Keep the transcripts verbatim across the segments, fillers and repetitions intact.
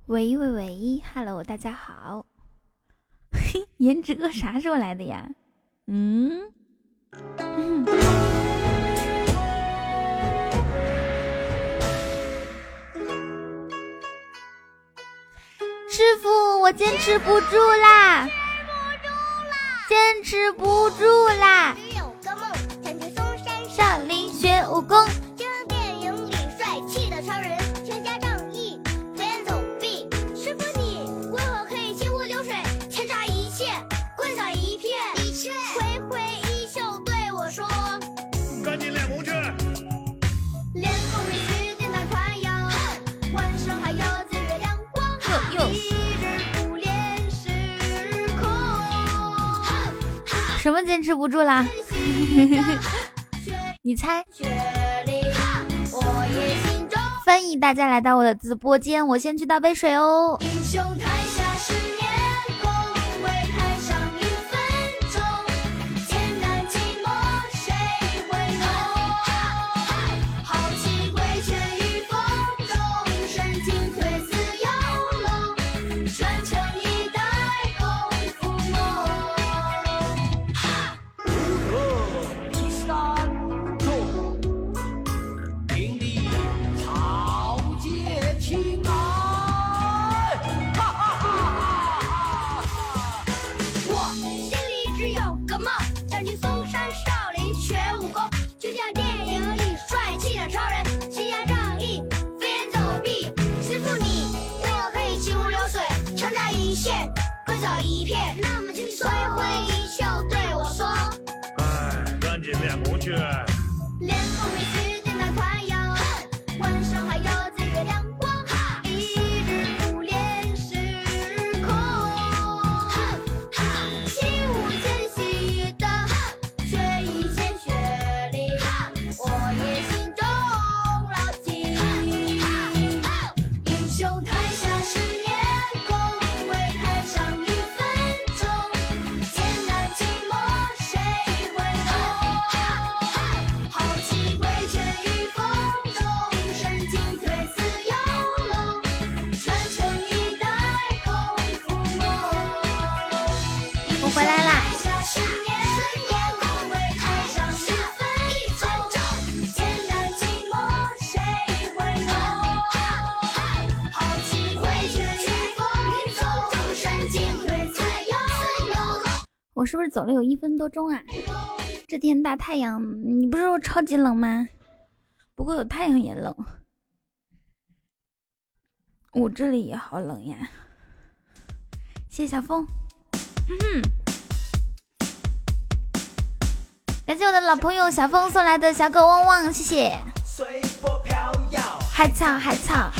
喂喂喂 ，Hello， 大家好。嘿，颜值哥啥时候来的呀？嗯，嗯师傅，我坚持不住啦！坚持不住啦！有个梦，想去嵩山少林学武功，就像电影里帅气的超人。什么坚持不住啦？你猜？欢迎大家来到我的直播间，我先去倒杯水哦。英雄台下十年功，为台上一分钟，艰难寂寞谁会懂？豪气归全于风中，神经退似游龙，传承一代功夫梦。一片，那么请你挥挥衣袖对我说：哎，赶紧练功去。练功必须简单快有，晚上还要自月亮光，一日不练是空。习武间习的，学艺先学礼，我也心中牢记。英雄台下十年功，为台上一回来啦！我是不是走了有一分多钟啊？这天大太阳，你不是说超级冷吗？不过有太阳也冷，我这里也好冷呀。谢谢小风。嗯，感谢我的老朋友小峰送来的小狗汪汪，谢谢。海草海草，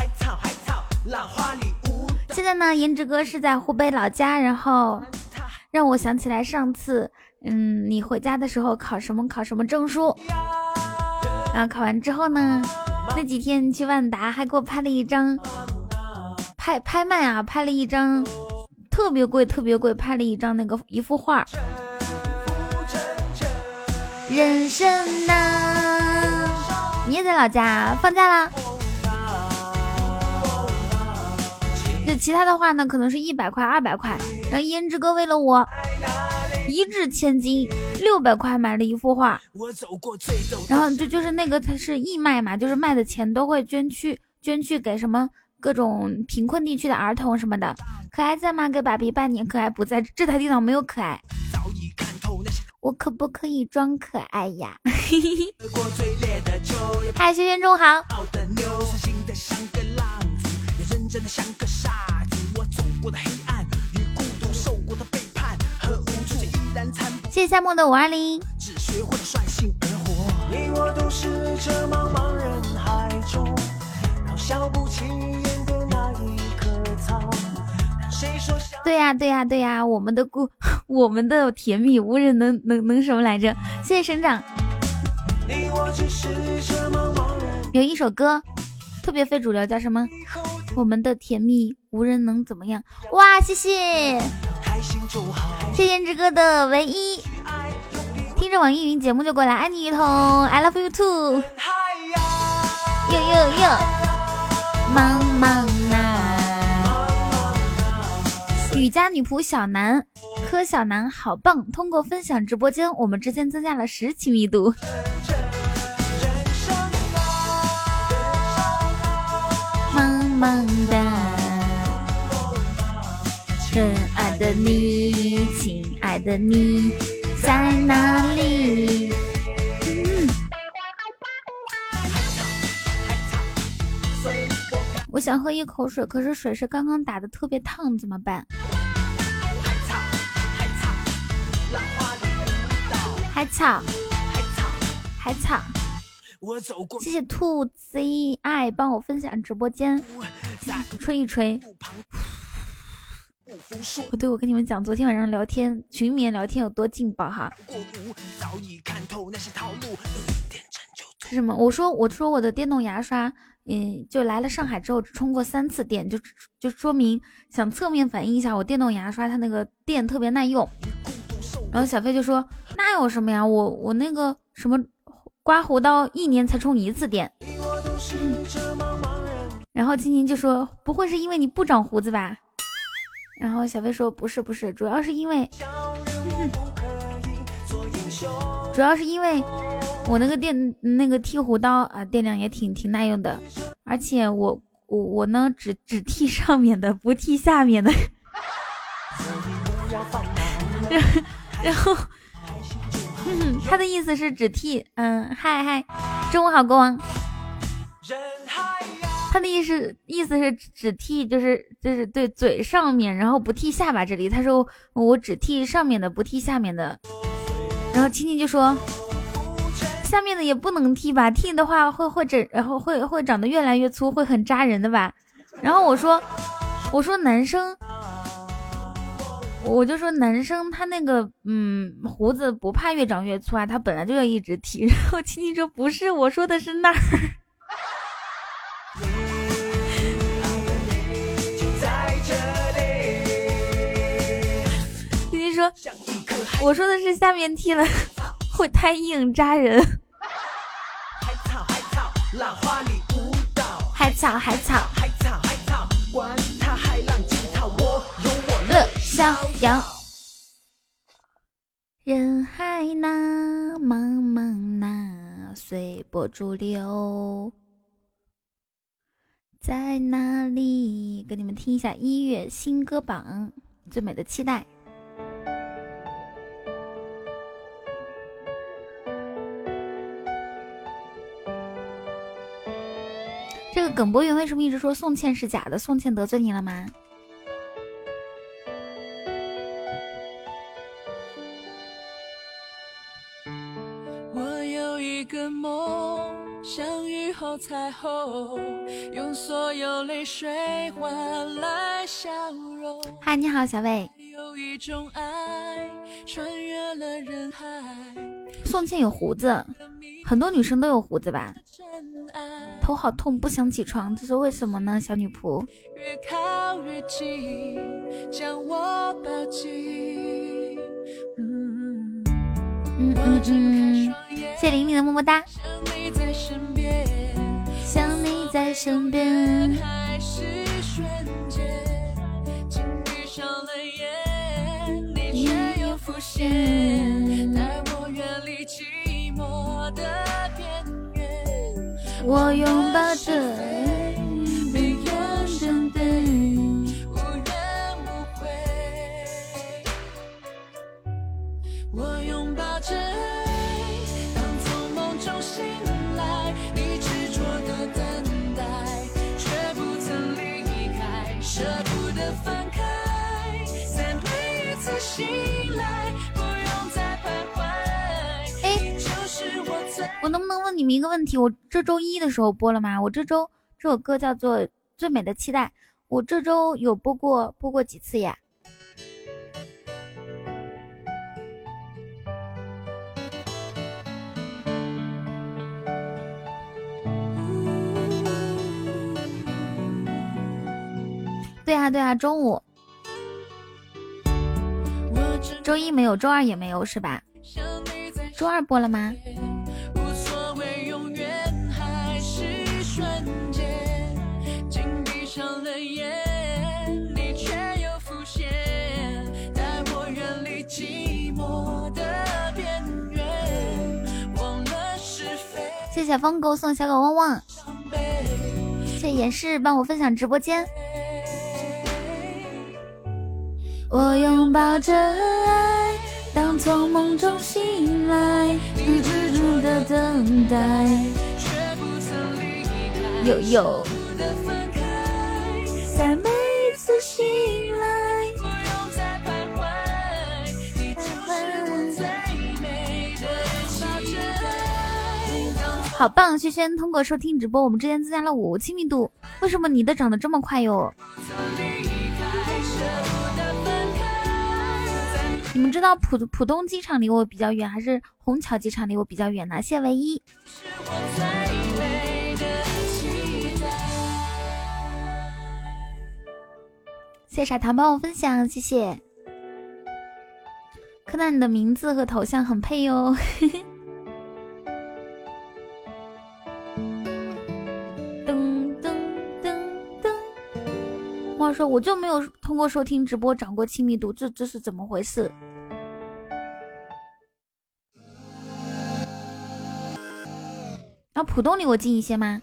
现在呢，颜值哥是在湖北老家，然后让我想起来上次，嗯，你回家的时候考什么考什么证书，然后考完之后呢，那几天去万达还给我拍了一张拍拍卖啊，拍了一张。特别贵特别贵，拍了一张那个一幅画。人生呢，你也在老家放假啦？就其他的话呢，可能是一百块二百块，然后胭脂哥为了我一掷千金六百块买了一幅画，然后就就是那个它是义卖嘛，就是卖的钱都会捐去捐去给什么各种贫困地区的儿童什么的。可爱在吗？给爸比拜年。可爱不在，这台电脑没有可爱，我可不可以装可爱呀？嗨，轩轩中好。谢谢夏末的五二零。你我都是这茫茫人海中渺小不起眼的那一棵草。对呀、啊、对呀、啊、对呀、啊，我们的故我们的甜蜜无人能能能什么来着？谢谢省长。有一首歌特别非主流，叫什么？我们的甜蜜无人能怎么样？哇，谢谢谢谢胭脂哥的唯一。听着网易云节目就过来，爱你一通 ，I love you too。哟哟哟，茫茫啊。 雨家女仆小南，柯小南好棒！通过分享直播间，我们之间增加了十亲密度。茫茫的，亲爱的你，亲爱的你在哪里？嗯，我想喝一口水，可是水是刚刚打的特别烫，怎么办？海草，海草，谢谢兔 Z I 帮我分享直播间，吹一吹。我对我跟你们讲，昨天晚上聊天群里面聊天有多劲爆哈。是什么？我说我说我的电动牙刷，嗯，就来了上海之后只充过三次电，就就说明想侧面反映一下我电动牙刷它那个电特别耐用。然后小飞就说那有什么呀，我我那个什么刮胡刀一年才充一次电。嗯、然后青青就说不会是因为你不长胡子吧？然后小飞说不是不是，主要是因为、嗯、主要是因为我那个电那个剃胡刀啊，电量也挺挺耐用的，而且我我我呢只只剃上面的，不剃下面的。然后、嗯、他的意思是只剃嗯嗨嗨，中午好国王。他的意思意思是只剃就是就是对嘴上面，然后不剃下巴这里。他说我只剃上面的，不剃下面的。然后青青就说下面的也不能剃吧，剃的话会会整，然后会会长得越来越粗，会很扎人的吧。然后我说我说男生。我就说男生他那个嗯胡子不怕越长越粗啊，他本来就要一直剃。然后青青说不是，我说的是那儿。青青说我说的是下面剃了会太硬扎人。海草海草浪花里舞蹈，海草海草海草海草，管他海浪惊涛，我有我乐逍遥。人海那茫茫那，随波逐流，在哪里？给你们听一下一月新歌榜最美的期待。这个耿博云为什么一直说宋茜是假的？宋茜得罪你了吗？我有一个梦，像雨后彩虹，用所有泪水换来笑容。嗨，你好，小魏。有一种爱穿越了人海。宋茜有胡子，很多女生都有胡子吧？头好痛，不想起床，这是为什么呢？小女仆。越靠越近，将我抱紧。嗯嗯嗯嗯，谢谢玲玲的么么哒。想你在身边，想你在身边，还是瞬间，紧闭上了眼，你却又浮现，带我远离寂寞的边缘。我拥抱着被眼神的无怨无悔，我拥抱着当从梦中醒来，你执着的等待，却不曾离开，舍不得分开，在每一次醒来，不用再徘徊。哎，就是我最我能不能问你们一个问题？我这周一的时候播了吗？我这周这首歌叫做《最美的期待》，我这周有播过播过几次呀？对啊对啊，中午周一没有，周二也没有是吧？周二播了吗？无所谓永远还是瞬间，紧闭上了眼，你却又浮现， 谢谢疯狗送小狗汪汪，谢谢演示帮我分享直播间。我拥抱着爱，当从梦中醒来，无止境的等待。有有，在每一次醒来，好棒！轩轩通过收听直播，我们之间增加了五亲密度。为什么你的长得这么快哟？你们知道浦浦东机场离我比较远，还是虹桥机场离我比较远呢？谢谢唯一。谢谢傻糖帮我分享，谢谢。柯南，你的名字和头像很配哟。话说我就没有通过收听直播涨过亲密度，这这是怎么回事？然后浦东离我近一些吗？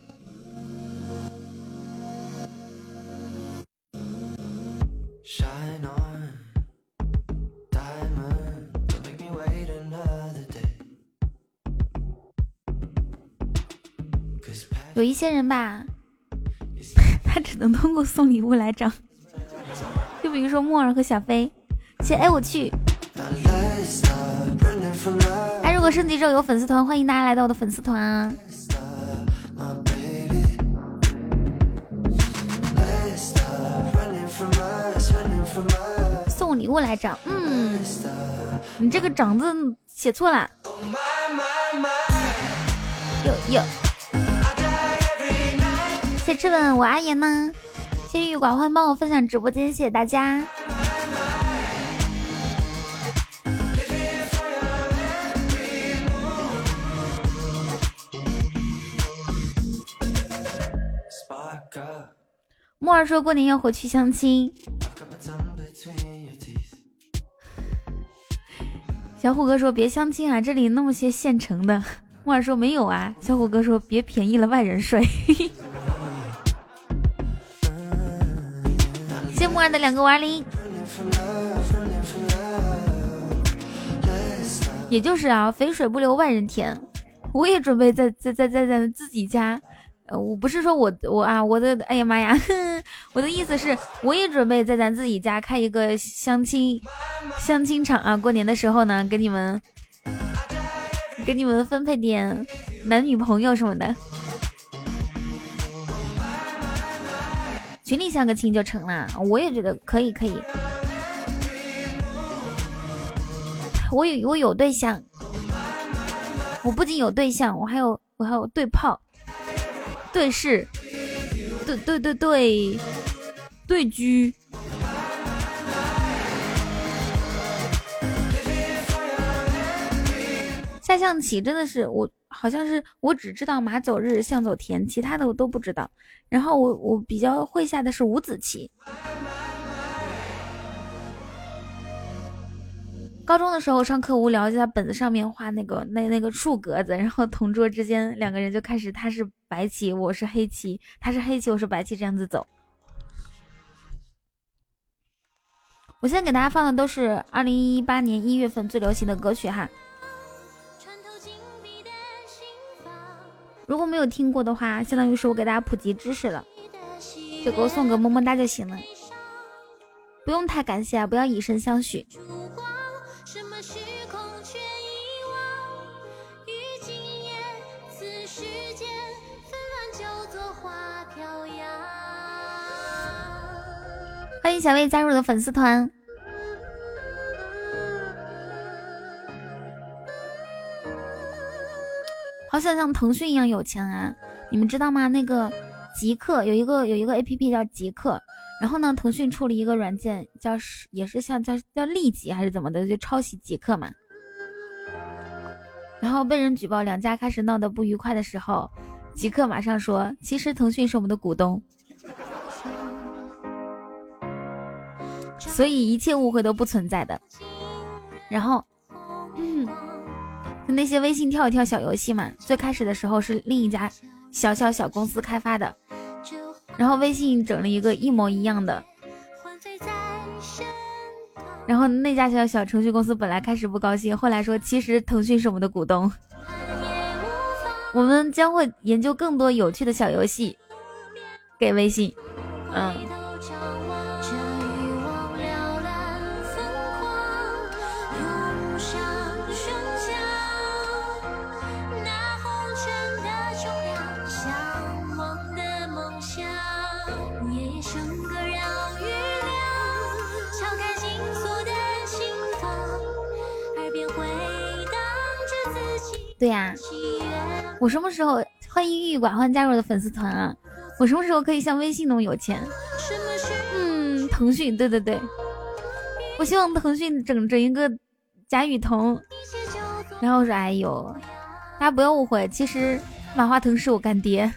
有一些人吧，他只能通过送礼物来涨，就比如说莫尔和小飞。谢哎我去！哎，如果升级之后有粉丝团，欢迎大家来到我的粉丝团啊！送礼物来涨，嗯，你这个涨字写错了。有有。谢吃吻，我阿言呢？谢郁郁寡欢帮我分享直播间，谢谢大家。莫儿说过年要回去相亲。小虎哥说别相亲啊，这里那么些现成的。莫儿说没有啊。小虎哥说别便宜了外人税。谢木儿的两个五二零，也就是啊，肥水不流外人田。我也准备在在在在在自己家，呃，我不是说我我啊，我的哎呀妈呀，呵我的意思是，我也准备在咱自己家开一个相亲相亲场啊。过年的时候呢，给你们给你们分配点男女朋友什么的。群里相个亲就成了，我也觉得可以可以。我有我有对象，我不仅有对象，我还有我还有对炮、对视、对对对对对狙。下象棋真的是我，好像是我只知道马走日、象走田，其他的我都不知道。然后我我比较会下的是五子棋。高中的时候上课无聊，就在本子上面画那个那那个竖格子，然后同桌之间两个人就开始，他是白棋，我是黑棋，他是黑棋，我是白棋，这样子走。我现在给大家放的都是二零一八年一月份最流行的歌曲哈。如果没有听过的话，相当于是我给大家普及知识了，就给我送个么么哒就行了，不用太感谢啊，不要以身相许。欢迎小魏加入的粉丝团。好想像腾讯一样有钱啊！你们知道吗？那个极客有一个有一个 A P P 叫极客，然后呢，腾讯出了一个软件叫也是像叫叫立即还是怎么的，就抄袭极客嘛。然后被人举报，两家开始闹得不愉快的时候，极客马上说，其实腾讯是我们的股东，所以一切误会都不存在的。然后，嗯。 那些微信跳一跳小游戏嘛，最开始的时候是另一家小小小公司开发的，然后微信整了一个一模一样的，然后那家小小程序公司本来开始不高兴，后来说其实腾讯是我们的股东，我们将会研究更多有趣的小游戏给微信。嗯，对呀、啊，我什么时候欢迎郁郁寡欢加入的粉丝团啊？我什么时候可以像微信那么有钱？嗯，腾讯，对对对，我希望腾讯整整一个贾雨桐。然后说，哎呦，大家不要误会，其实马化腾是我干爹。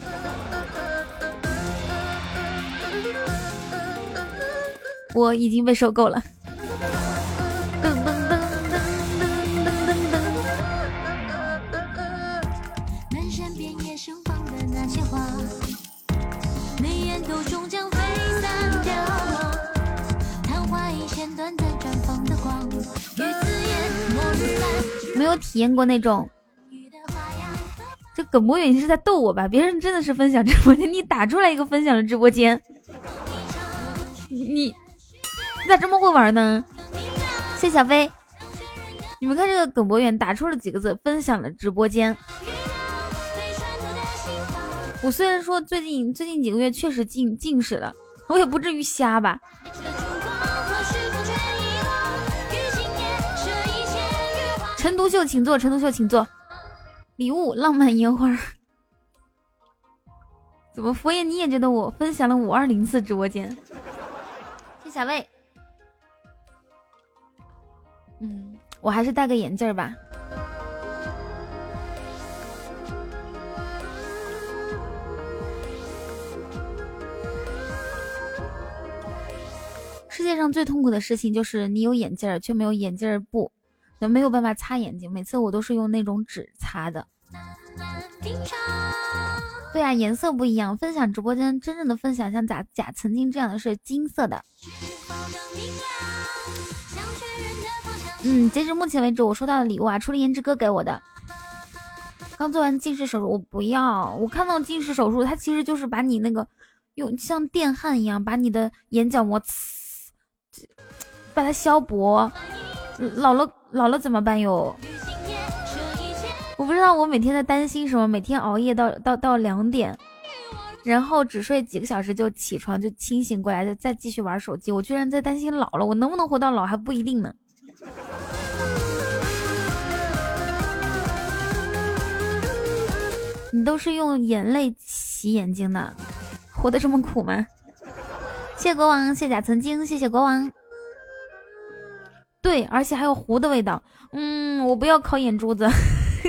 我已经被收购了。没有体验过那种，这耿博远你是在逗我吧？别人真的是分享直播间，你打出来一个分享的直播间，你你咋这么会玩呢？谢小飞，你们看这个耿博远打出了几个字，分享了直播间。我虽然说最近最近几个月确实近近视了，我也不至于瞎吧。陈独秀请坐，陈独秀请坐。礼物浪漫烟花。怎么佛爷你也觉得我分享了五二零次直播间？谢小魏。嗯，我还是戴个眼镜吧。世界上最痛苦的事情就是你有眼镜却没有眼镜布，没有办法擦眼睛，每次我都是用那种纸擦的。对啊，颜色不一样。分享直播间真正的分享，像贾贾曾经这样的是金色的。嗯，截止目前为止，我收到的礼物啊，除了颜值哥给我的，刚做完近视手术，我不要。我看到近视手术，它其实就是把你那个用像电焊一样，把你的眼角膜把它削薄。老了老了怎么办哟？我不知道，我每天在担心什么，每天熬夜到到到两点，然后只睡几个小时就起床，就清醒过来，就再继续玩手机。我居然在担心老了，我能不能活到老还不一定呢。你都是用眼泪洗眼睛的，活得这么苦吗？谢谢国王，谢贾曾经，谢谢国王。对，而且还有糊的味道。嗯，我不要烤眼珠子。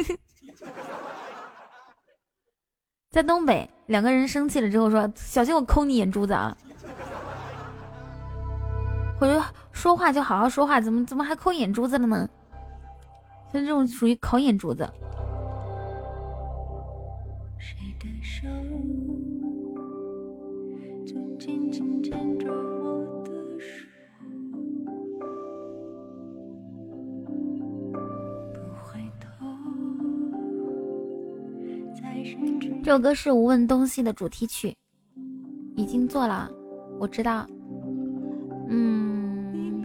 在东北，两个人生气了之后说：“小心我抠你眼珠子啊！”我就说话就好好说话，怎么怎么还抠眼珠子了呢？像这种属于烤眼珠子。谁的手就紧紧牵着我的手。这首歌是《无问东西》的主题曲，已经做了，我知道。嗯，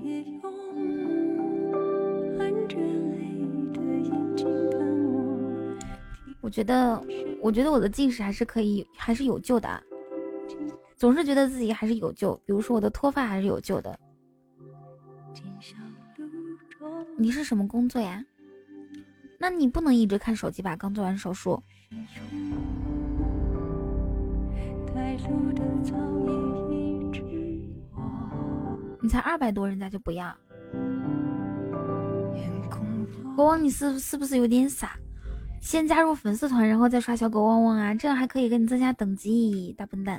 我觉得，我觉得我的近视还是可以，还是有救的。总是觉得自己还是有救，比如说我的脱发还是有救的。你是什么工作呀？那你不能一直看手机吧？刚做完手术。你才二百多，人家就不要。国王，你是是不是有点傻？先加入粉丝团，然后再刷小狗汪汪啊，这样还可以给你增加等级，大笨蛋。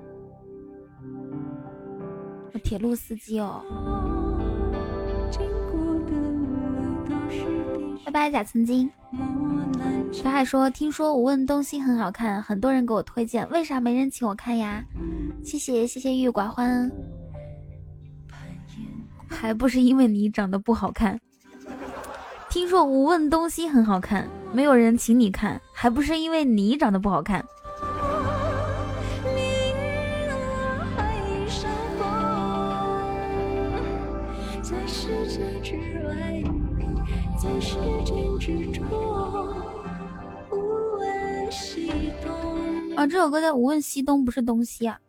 我铁路司机哦。 拜拜假曾经。小海说听说无问东西很好看，很多人给我推荐，为啥没人请我看呀？谢谢谢谢郁郁寡欢。还不是因为你长得不好看。听说无问东西很好看，没有人请你看，还不是因为你长得不好看。啊，这首歌叫无问西东，不是东西啊。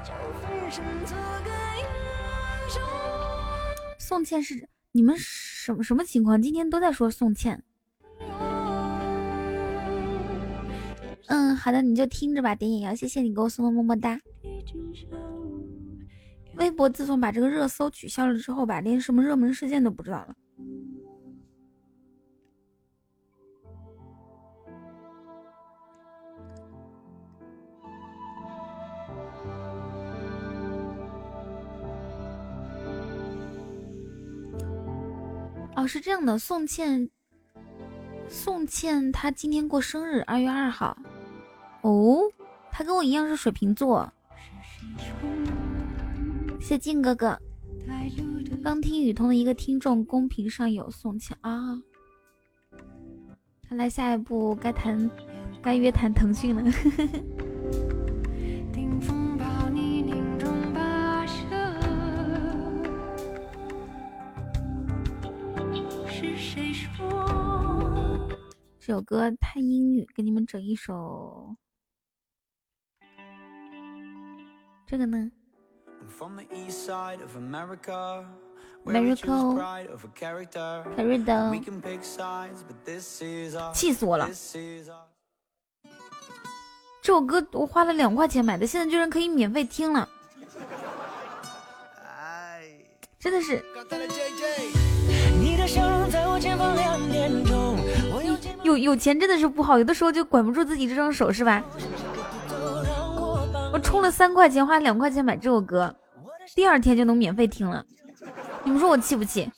宋茜是你们什么什么情况？今天都在说宋茜。嗯，好的，你就听着吧，点眼摇，谢谢你给我送的么么哒。微博自从把这个热搜取消了之后吧，连什么热门事件都不知道了。哦，是这样的，宋茜，宋茜她今天过生日，二月二号。哦，她跟我一样是水瓶座。谢静哥哥，刚听雨桐的一个听众公屏上有宋茜啊，看来下一步该谈，该约谈腾讯了。这首歌太英语，给你们整一首这个呢。Miracle Carrido， 气死我了！这首歌我花了两块钱买的，现在居然可以免费听了，真的是。有有钱真的是不好，有的时候就管不住自己这双手，是吧？我充了三块钱，花两块钱买这首歌，第二天就能免费听了，你们说我气不气？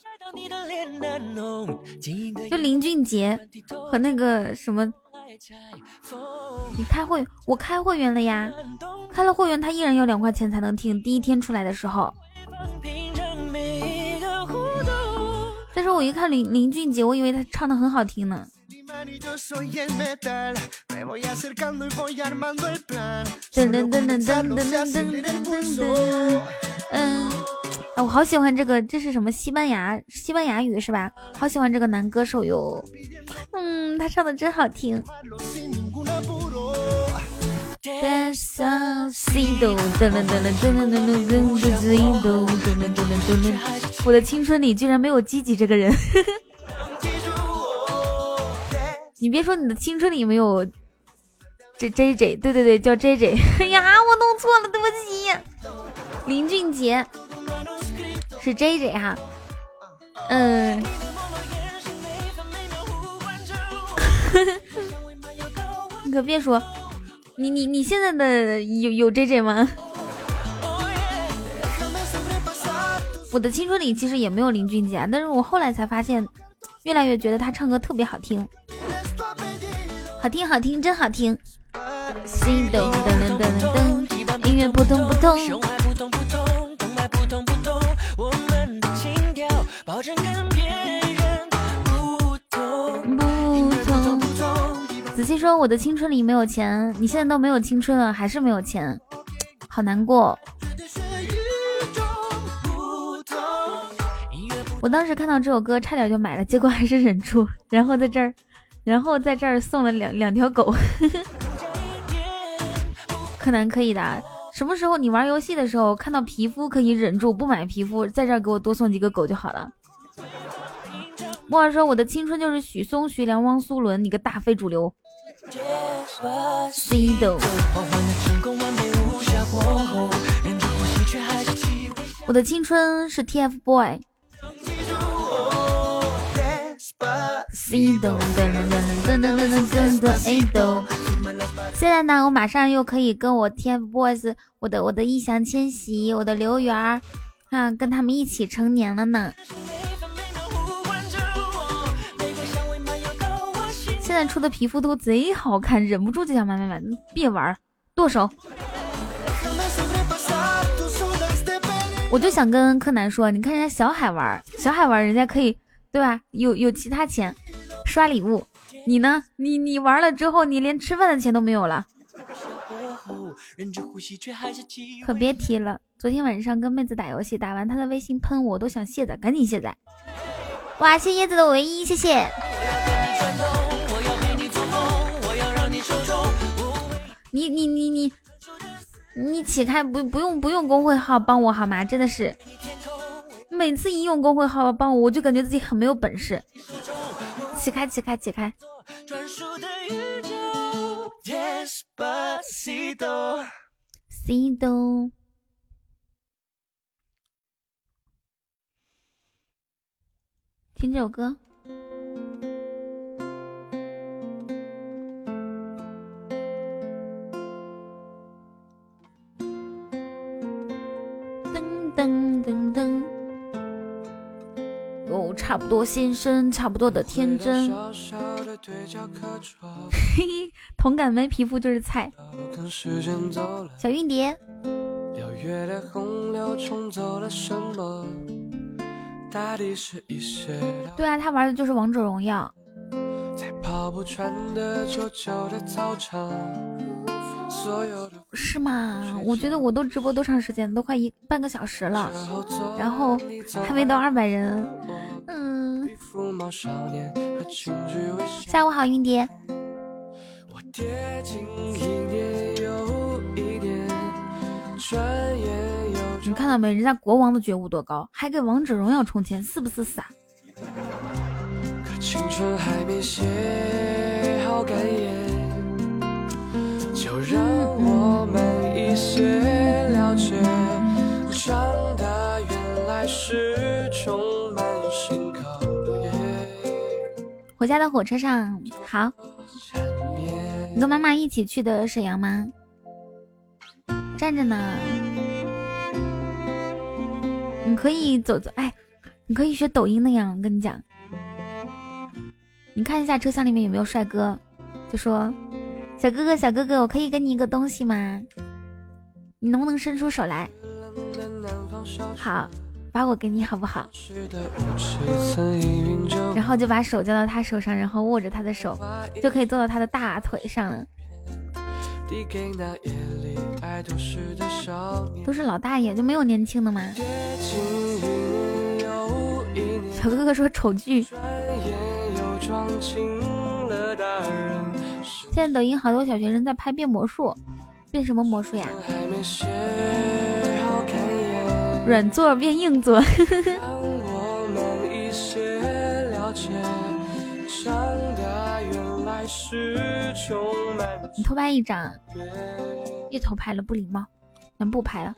就林俊杰和那个什么，你开会，我开会员了呀，开了会员他依然要两块钱才能听，第一天出来的时候。但是我一看林林俊杰，我以为他唱的很好听呢。噔噔噔噔噔噔噔噔噔噔。嗯，我好喜欢这个，这是什么西班牙西班牙语是吧？好喜欢这个男歌手哟。嗯，他唱的真好听。我的青春里居然没有吉吉这个人。你别说你的青春里没有这 J J， 对对对，叫 J J。 哎呀，我弄错了，对不起。林俊杰是 J J 哈。嗯。你可别说，你你你现在的有有 J J 吗？我的青春里其实也没有林俊杰，但是我后来才发现，越来越觉得他唱歌特别好听，好听好听真好听。心动噔噔噔噔噔，音乐扑通扑通。我们的情调保证跟别人不同不同。子期说我的青春里没有钱，你现在都没有青春了，还是没有钱，好难过。我当时看到这首歌差点就买了，结果还是忍住，然后在这儿然后在这儿送了两两条狗。柯南可以的，什么时候你玩游戏的时候看到皮肤可以忍住不买皮肤，在这儿给我多送几个狗就好了。莫尔说我的青春就是许嵩、徐良、汪苏泷，你个大非主流。我的青春是 T F boy。现在呢，我马上又可以跟我 T F boys， 我的我的易烊千玺，我的刘源儿啊，跟他们一起成年了呢。 现在出的皮肤都贼好看，忍不住就想买买买，别玩，剁手。我就想跟柯南说，你看人家小海玩，小海玩人家可以，对吧？有有其他钱刷礼物，你呢？你你玩了之后，你连吃饭的钱都没有了。可别提了，昨天晚上跟妹子打游戏，打完她的微信喷我，都想卸载，赶紧卸载。哇，谢叶子的唯一，谢谢。你你你你你起开，不不用不用公会号帮我好吗？真的是，每次一用公会号帮我，我就感觉自己很没有本事。起开起开起开。Despacito，听这首歌。噔噔噔噔。哦，差不多先生，差不多的天真。嘿嘿，同感没皮肤就是菜。小韵蝶。对啊，他玩的就是王者荣耀。是吗？我觉得我都直播多长时间，都快一半个小时了，然后还没到二百人。嗯，下午好，云蝶。你看到没？人家国王的觉悟多高，还给王者荣耀充钱，是不是傻？可青春还没写好感言，就让我们一些了解，长大原来是充满新考验。回家的火车上，好。你跟妈妈一起去的沈阳吗？站着呢。你可以走走，哎，你可以学抖音那样。我跟你讲，你看一下车厢里面有没有帅哥，就说小哥哥小哥哥，我可以给你一个东西吗？你能不能伸出手来？好，把我给你好不好？然后就把手交到他手上，然后握着他的手，就可以坐到他的大腿上了。都是老大爷，就没有年轻的吗？小哥哥说丑剧。现在抖音好多小学生在拍变魔术，变什么魔术呀？软座变硬座。你偷拍一张，又偷拍了，不礼貌，能不拍了？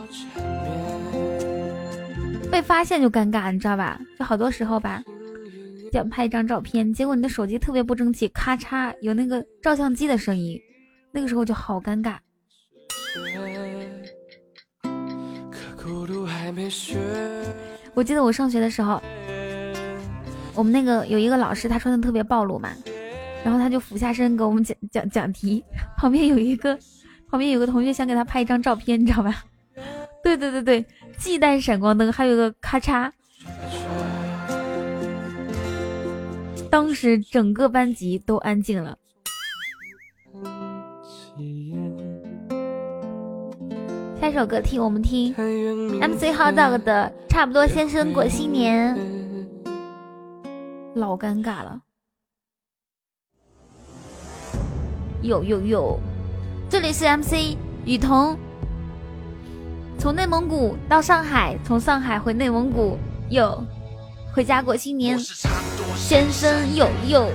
被发现就尴尬，你知道吧？就好多时候吧，想拍一张照片，结果你的手机特别不争气，咔嚓有那个照相机的声音，那个时候就好尴尬。我记得我上学的时候，我们那个有一个老师，他穿的特别暴露嘛。然后他就俯下身给我们讲讲讲题，旁边有一个旁边有个同学想给他拍一张照片，你知道吧？对对对对，既带闪光灯，还有个咔嚓。当时整个班级都安静了。下一首歌听我们听 M C Hot Dog 的差不多先生过新年。老尴尬了。有有有，这里是 M C 雨桐，从内蒙古到上海，从上海回内蒙古，有回家过新年，先生有有，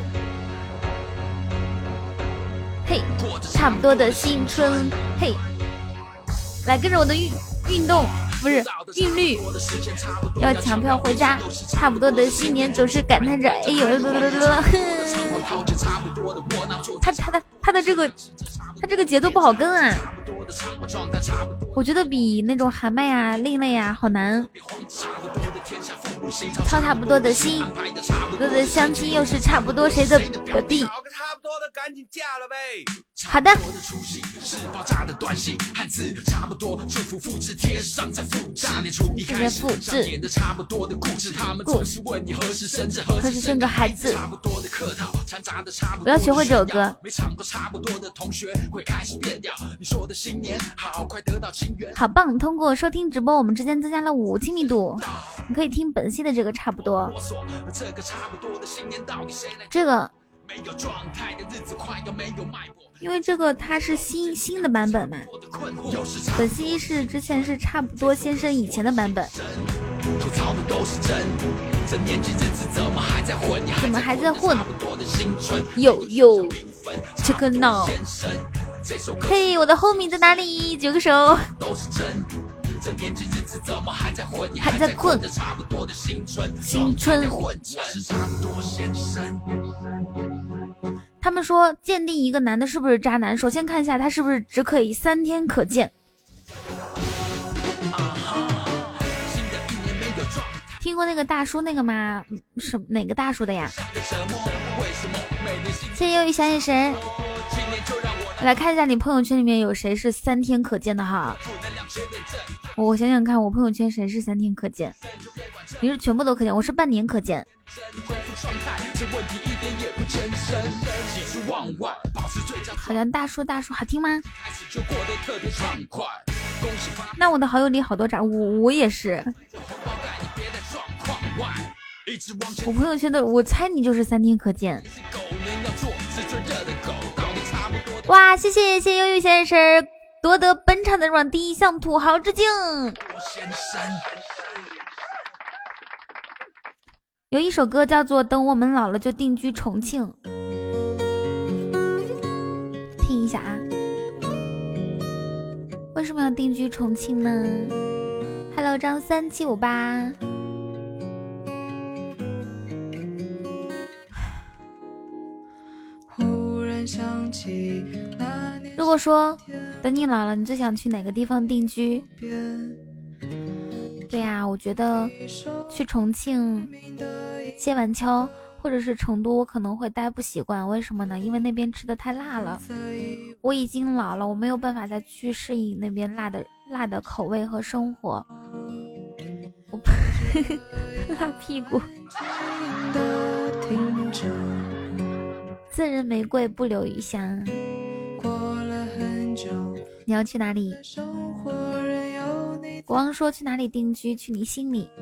嘿，差不多的新春，嘿，来跟着我的运运动，不是韵律，要抢票回家，差不多的新年总是感叹着，哎呦，他他的他的这个他这个节奏不好跟啊，我觉得比那种喊麦啊、另类啊好难。 操差不多的心，哥的相亲又是差不多谁的表弟。好的。现在复制故事问你何时生这何时生个孩子。我要学会这首歌。好棒！通过收听直播，我们之间增加了五亲密度。你可以听本期的这个差不多。这个。因为这个它是新新的版本嘛，本期是之前是差不多先生以前的版本。怎么还在混？有有，这个闹。嘿，我的 homie 在哪里？举个手。还在困，青春。他们说鉴定一个男的是不是渣男，首先看一下他是不是只可以三天可见。听过那个大叔那个吗？是哪个大叔的呀？谢谢忧郁小眼神。来看一下你朋友圈里面有谁是三天可见的哈。我想想看，我朋友圈谁是三天可见？你是全部都可见，我是半年可见。好像大叔大叔好听吗？那我的好友里好多渣，我我也是。我朋友圈的，我猜你就是三天可见。哇，谢谢谢谢忧郁先生夺得本场的软第一项土豪致敬。有一首歌叫做《等我们老了就定居重庆》，听一下啊。为什么要定居重庆呢 ？Hello 张三七五八。如果说等你老了，你最想去哪个地方定居？对呀、啊，我觉得去重庆、谢晚桥或者是成都，我可能会待不习惯。为什么呢？因为那边吃的太辣了。我已经老了，我没有办法再去适应那边辣的辣的口味和生活。我辣屁股。自认玫瑰不留余香。你要去哪里？国王说去哪里定居？去你心里。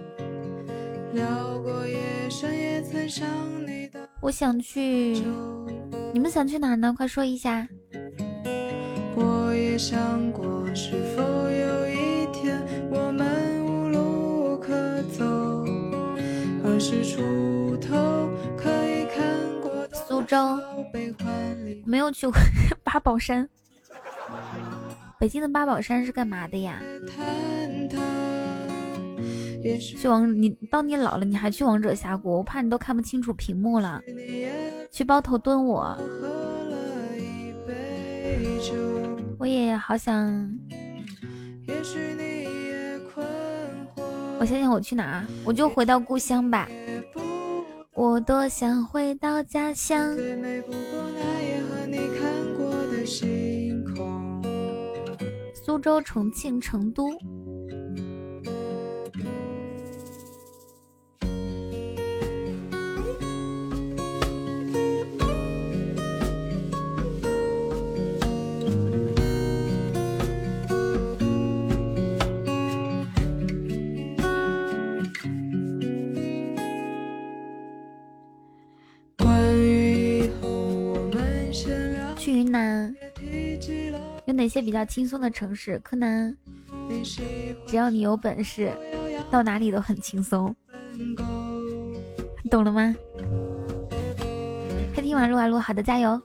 我想去，你们想去哪儿呢？快说一下。我也想过是否有一天我们无路可走，二十出头可以看过苏州，没有去过八宝山。北京的八宝山是干嘛的呀？去王你到你老了你还去王者峡谷，我怕你都看不清楚屏幕了。去包头蹲我，我也好想。我想想我去哪儿？我就回到故乡吧。我多想回到家乡。苏州、重庆、成都。去云南有哪些比较轻松的城市？柯南，只要你有本事，到哪里都很轻松，懂了吗？快听完录啊录，好的，加油！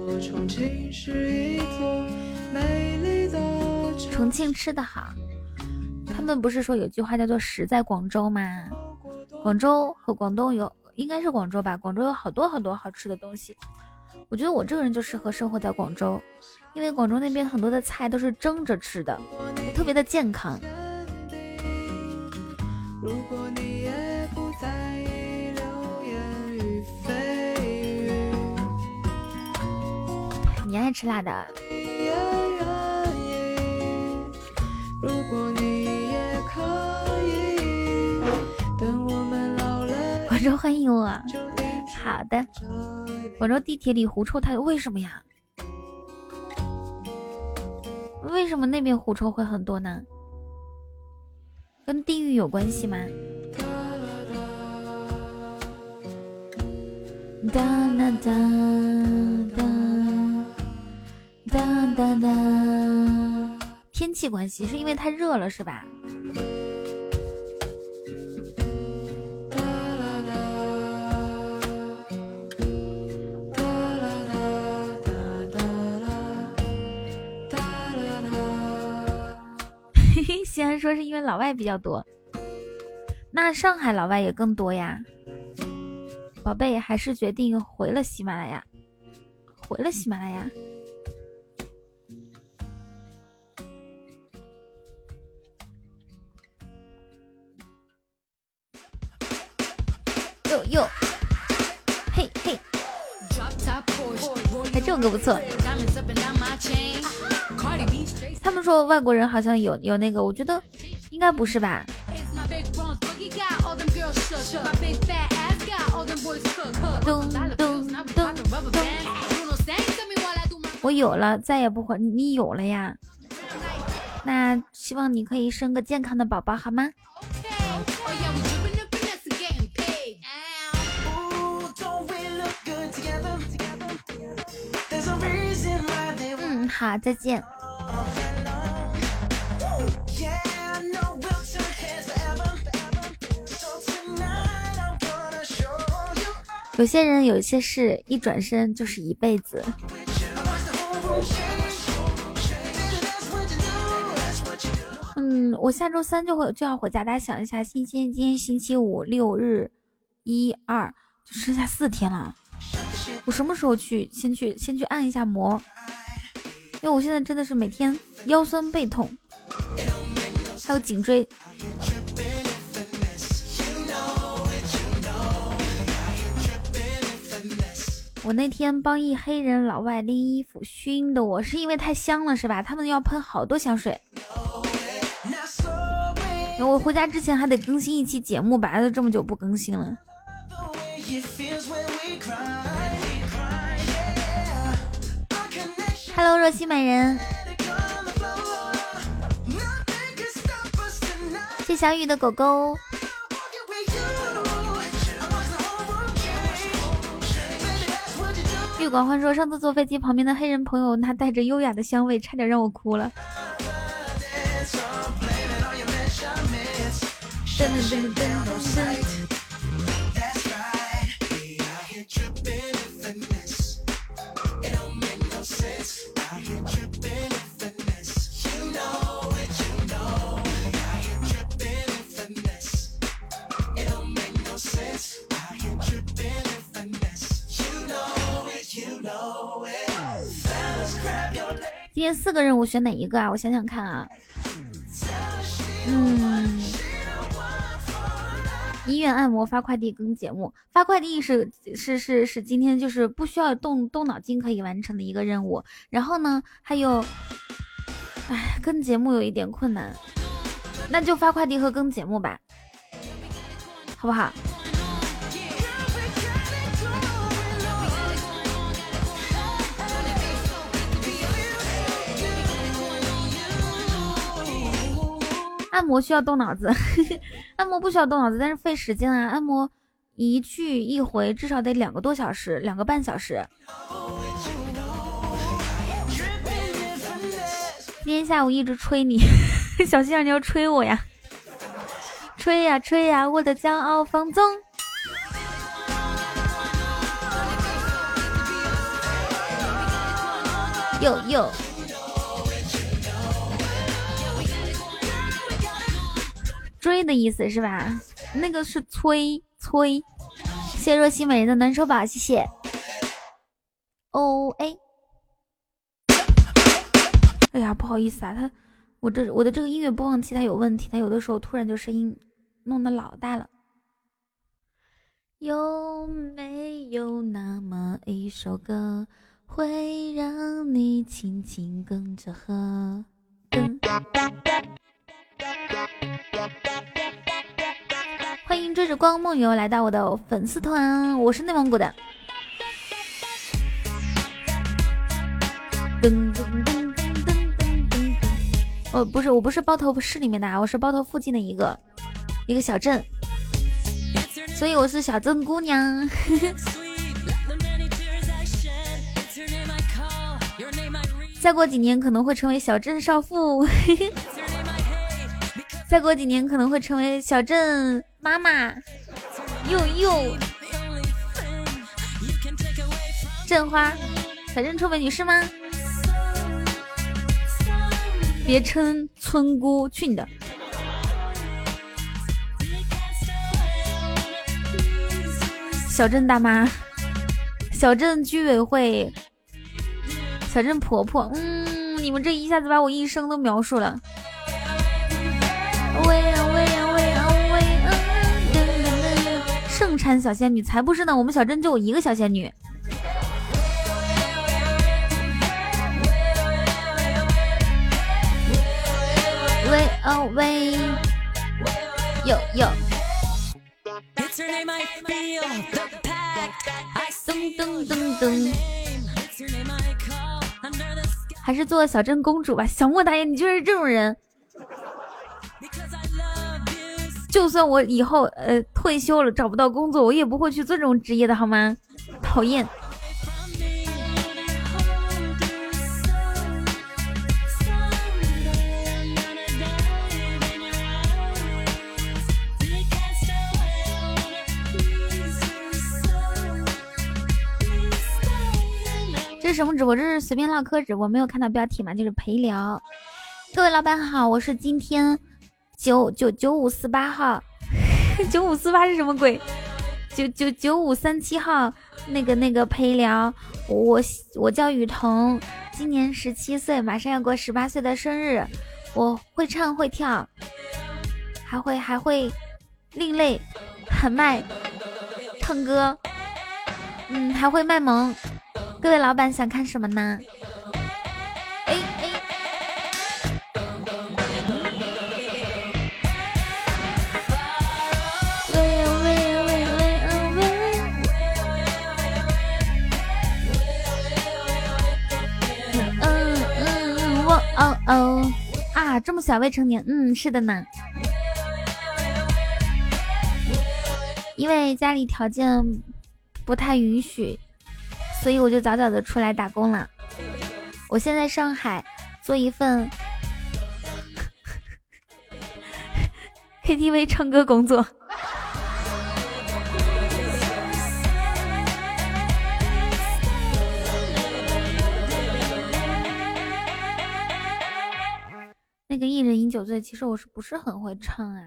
重庆吃的好，他们不是说有句话叫做食在广州吗？广州和广东有，应该是广州吧？广州有好多好多好吃的东西。我觉得我这个人就适合生活在广州，因为广州那边很多的菜都是蒸着吃的，特别的健康。如果你也你爱吃辣的。如果你也可以等我们老了。广州欢迎我。好的。广州地铁里狐臭太多，为什么呀？为什么那边狐臭会很多呢？跟地域有关系吗？哒哒哒哒哒哒哒，天气关系，是因为太热了是吧？嘿嘿，西安说是因为老外比较多，那上海老外也更多呀。宝贝还是决定回了喜马拉雅，回了喜马拉雅。哟哟，嘿嘿，哎，这首歌不错。他们说外国人好像有有那个，我觉得应该不是吧。咚咚咚咚，我有了，再也不回。你有了呀？那希望你可以生个健康的宝宝，好吗？嗯，好，再见。有些人有些事一转身就是一辈子。嗯，我下周三就会就要回家，大家想一下，星期今天星期五六日一二，就剩下四天了。我什么时候去？先去先去按一下摩，因为我现在真的是每天腰酸背痛，还有颈椎。我那天帮一黑人老外拎衣服，熏的我是因为太香了是吧？他们要喷好多香水。我回家之前还得更新一期节目吧，都这么久不更新了。Hello， 若西美人，谢小雨的狗狗。玉广欢说，上次坐飞机旁边的黑人朋友，他带着优雅的香味，差点让我哭了。噔噔噔噔噔。今天四个任务选哪一个啊？我想想看啊。嗯，医院按摩、发快递、更节目。发快递是是是是今天就是不需要动动脑筋可以完成的一个任务。然后呢，还有，哎，更节目有一点困难，那就发快递和更节目吧，好不好？按摩需要动脑子，按摩不需要动脑子，但是费时间啊。按摩一去一回至少得两个多小时，两个半小时。今天下午一直吹你，小心啊，你要吹我呀！吹呀吹呀，我的骄傲放纵。哟哟。追的意思是吧？那个是催催。谢谢若曦美人的暖手宝，谢谢。哦哎，哎呀，不好意思啊，他我这我的这个音乐播放器它有问题，它有的时候突然就声音弄得老大了。有没有那么一首歌， 会让你轻轻跟着和。跟欢迎追着光梦游来到我的粉丝团，我是内蒙古的。噔噔噔噔噔噔噔。哦，不是，我不是包头市里面的啊，我是包头附近的一个一个小镇，所以我是小镇姑娘。再过几年可能会成为小镇少妇。再过几年可能会成为小镇妈妈。又又镇花，小镇臭美女是吗？别称村姑，去你的！小镇大妈，小镇居委会，小镇婆婆。嗯，你们这一下子把我一生都描述了。喂啊喂啊喂啊喂啊！盛产小仙女才不是呢，我们小镇就有一个小仙女。喂哦喂，有有。噔噔噔噔。还是做小镇公主吧，小莫大爷，你就是这种人。就算我以后呃退休了找不到工作，我也不会去做这种职业的好吗？讨厌。这是什么直播？这是随便唠嗑直播，没有看到标题嘛，就是陪聊。各位老板好，我是今天九九九五四八号，九五四八是什么鬼？九九九五三七号那个那个陪聊，我我叫雨桐，今年十七岁，马上要过十八岁的生日。我会唱会跳，还会还会另类喊麦唱歌，嗯，还会卖萌。各位老板想看什么呢？哎哎，喂喂喂喂喂，嗯嗯，我哦哦啊，这么小未成年，嗯，是的呢。因为家里条件不太允许。所以我就早早的出来打工了。我现在上海做一份K T V 唱歌工作。那个一人饮酒醉，其实我是不是很会唱啊？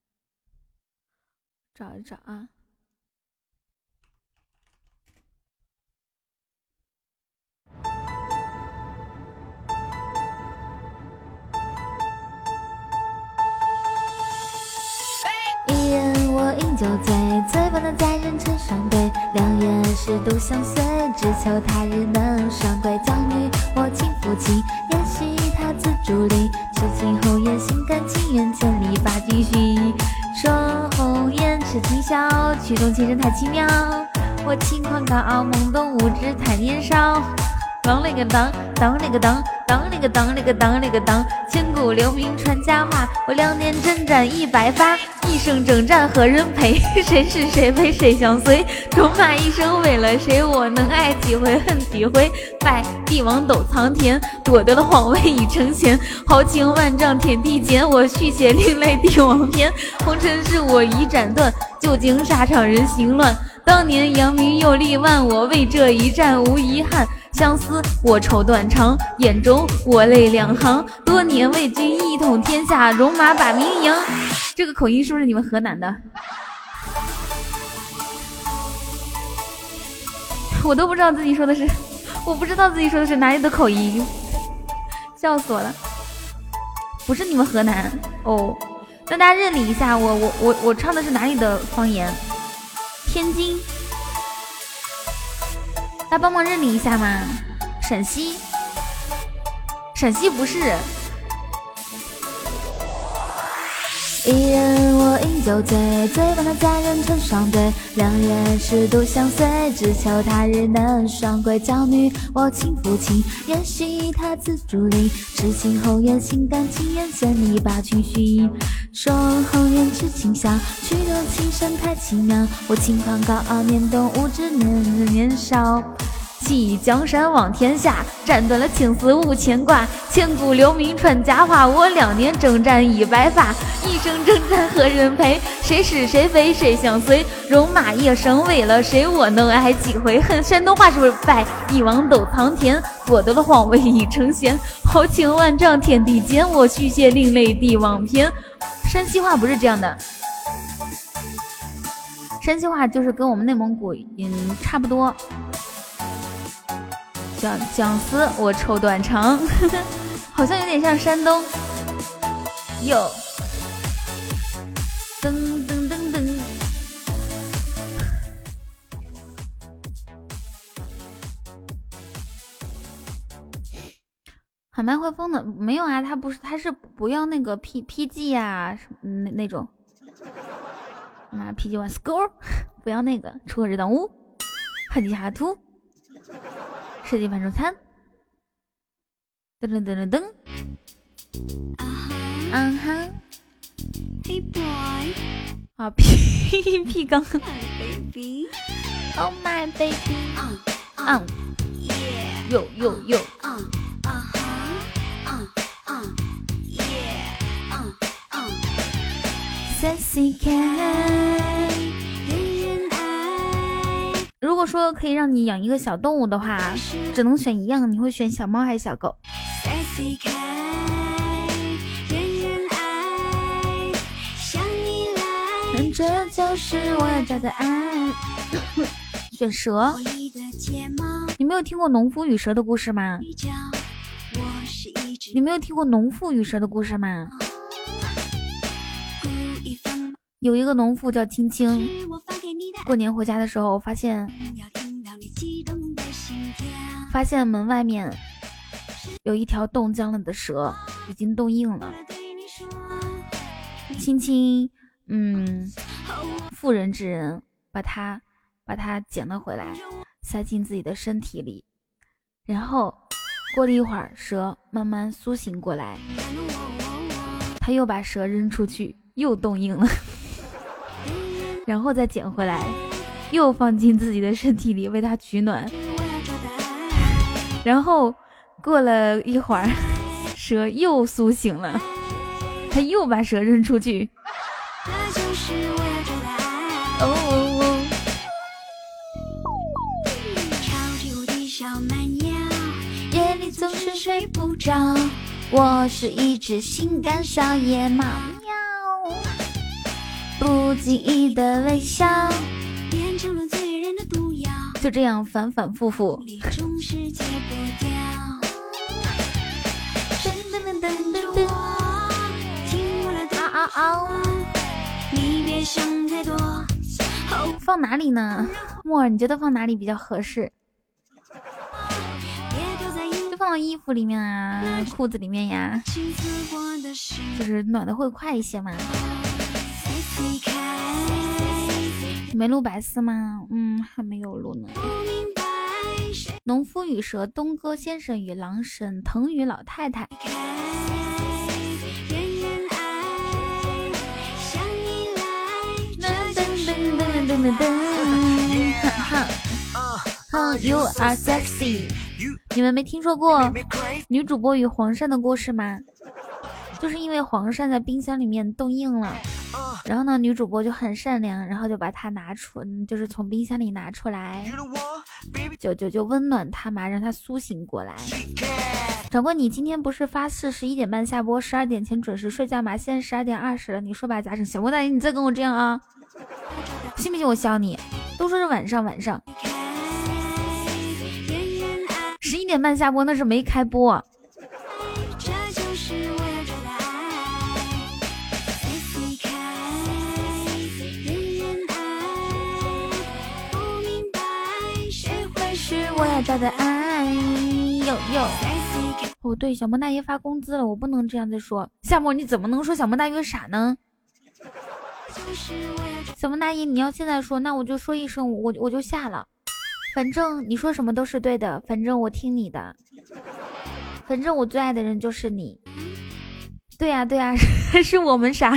找一找啊。一人我饮酒醉，醉不能在人成双对，两眼是独相随，只求他日能上轨。将与我情夫妻，也许他自主理，痴情红颜心甘情愿，千里把君寻。说红颜痴情笑，曲中情深太奇妙，我轻狂高傲懵懂无知太年少。当那个当，当那个当，当那个当那个当那个当，千古留名传佳话。我两年征战一百发，一生征战何人陪？谁是谁陪谁相随？戎马一生为了谁？我能爱几回恨几回？拜帝王斗苍天，夺得了皇位已成仙。豪情万丈天地间，我续写另类帝王篇。红尘事我已斩断，旧经沙场人心乱。当年扬名又立万，我为这一战无遗憾。相思我愁断肠，眼中我泪两行。多年为君一统天下，戎马把名扬。这个口音是不是你们河南的？我都不知道自己说的是，我不知道自己说的是哪里的口音，笑死我了。不是你们河南哦，那大家认领一下，我我我我唱的是哪里的方言？天津。 大家帮忙认领一下吗？陕西，陕西不是。一人我饮酒醉，醉把那佳人成双对，两人十度相随，只求他日能双归。娇女我情夫情，也许他自竹林，痴情后愿心甘情愿，见你把群须说后愿知情笑，曲动情深太奇妙，我轻狂高傲年动无知年年少。弃江山望天下，斩断了青丝无牵挂，千古留名传佳话，我两年征战一白发，一生征战何人陪？谁是谁非谁相随？戎马一生为了谁？我能爱几回？恨山东话是不是拜帝王斗苍天，夺得了皇位已成仙，豪情万丈天地间，我续写另类帝王篇。山西话不是这样的，山西话就是跟我们内蒙古嗯差不多。姜姜丝我抽短长，呵呵，好像有点像山东。哟，噔噔噔噔，很慢会疯的没有啊？他不是，他是不要那个 P P G 啊，那那种。啊 P G one score， 不要那个，出个日当屋，汉吉哈图。世界饭中餐，噔噔噔噔噔，嗯哼 ，Hey boy， 啊屁屁刚 ，Oh my baby， 嗯，哟哟哟，嗯啊哈，嗯嗯，Yeah，Sexy cat。如果说可以让你养一个小动物的话，只能选一样，你会选小猫还是小狗？这就是我要找的爱。选蛇。你没有听过农夫与蛇的故事吗？你没有听过农妇与蛇的故事吗？有一个农妇叫青青，过年回家的时候发现发现门外面有一条冻僵了的蛇，已经冻硬了。青青嗯妇人之仁，把它把它捡了回来，塞进自己的身体里，然后过了一会儿，蛇慢慢苏醒过来，他又把蛇扔出去，又冻硬了，然后再捡回来，又放进自己的身体里为它取暖。然后过了一会儿，蛇又苏醒了，他又把蛇扔出去。哦哦哦！夜里总是睡不着，我是一只性感小野猫，喵！不经意的微笑，变成了醉人的毒药。就这样反反复复。啊啊啊！你别想太多。放哪里呢？莫尔，你觉得放哪里比较合适？就放到衣服里面啊，裤子里面呀，就是暖的会快一些嘛。没录百思吗？嗯，还没有录呢。农夫与蛇，东哥先生与狼，沈腾与老太太。噔噔噔，哈哈 ，You are sexy。你们没听说过女主播与黄鳝的故事吗？就是因为黄鳝在冰箱里面冻硬了，然后呢，女主播就很善良，然后就把它拿出，就是从冰箱里拿出来，就就就温暖它嘛，让它苏醒过来。长官，你今天不是发誓十一点半下播，十二点前准时睡觉吗？现在十二点二十了，你说吧，贾成，小莫大爷，你再跟我这样啊？信不信我削你？都说是晚上晚上，十一点半下播那是没开播。我大的爱。有有，哦对，小莫大爷发工资了，我不能这样子说。夏沫，你怎么能说小莫大爷傻呢？小莫大爷，你要现在说，那我就说一声，我我就下了。反正你说什么都是对的，反正我听你的，反正我最爱的人就是你。对呀、啊、对呀、啊，是我们傻。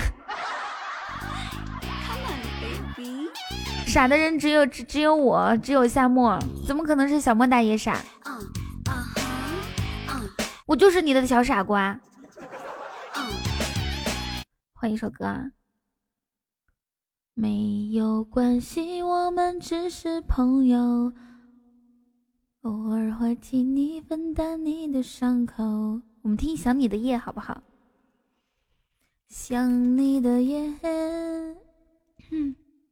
傻的人只有只只有我，只有夏沫，怎么可能是小莫大爷傻？我就是你的小傻瓜。换一首歌啊。没有关系，我们只是朋友，偶尔会替你分担你的伤口。我们听想你的夜好不好？想你的夜。嗯，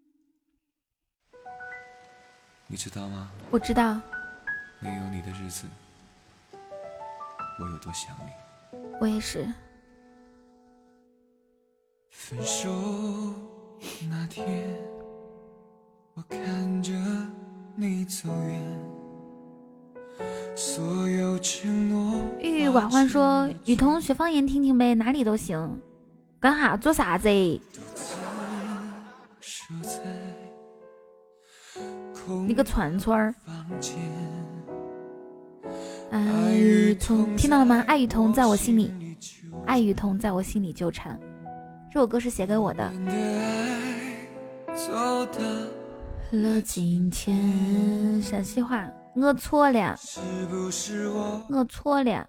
你知道吗？ 我知道。 没有你的日子，我有多想你。 我也是。 分手那天，我看着你走远，所有承诺。 郁郁寡欢说：“雨桐学方言听听呗，哪里都行。干哈？做啥子？”你个串串儿。爱与痛，听到了吗？爱与痛在我心里，爱与痛在我心里纠缠。这首歌是写给我的。了今天，陕西话，我错了，我错了。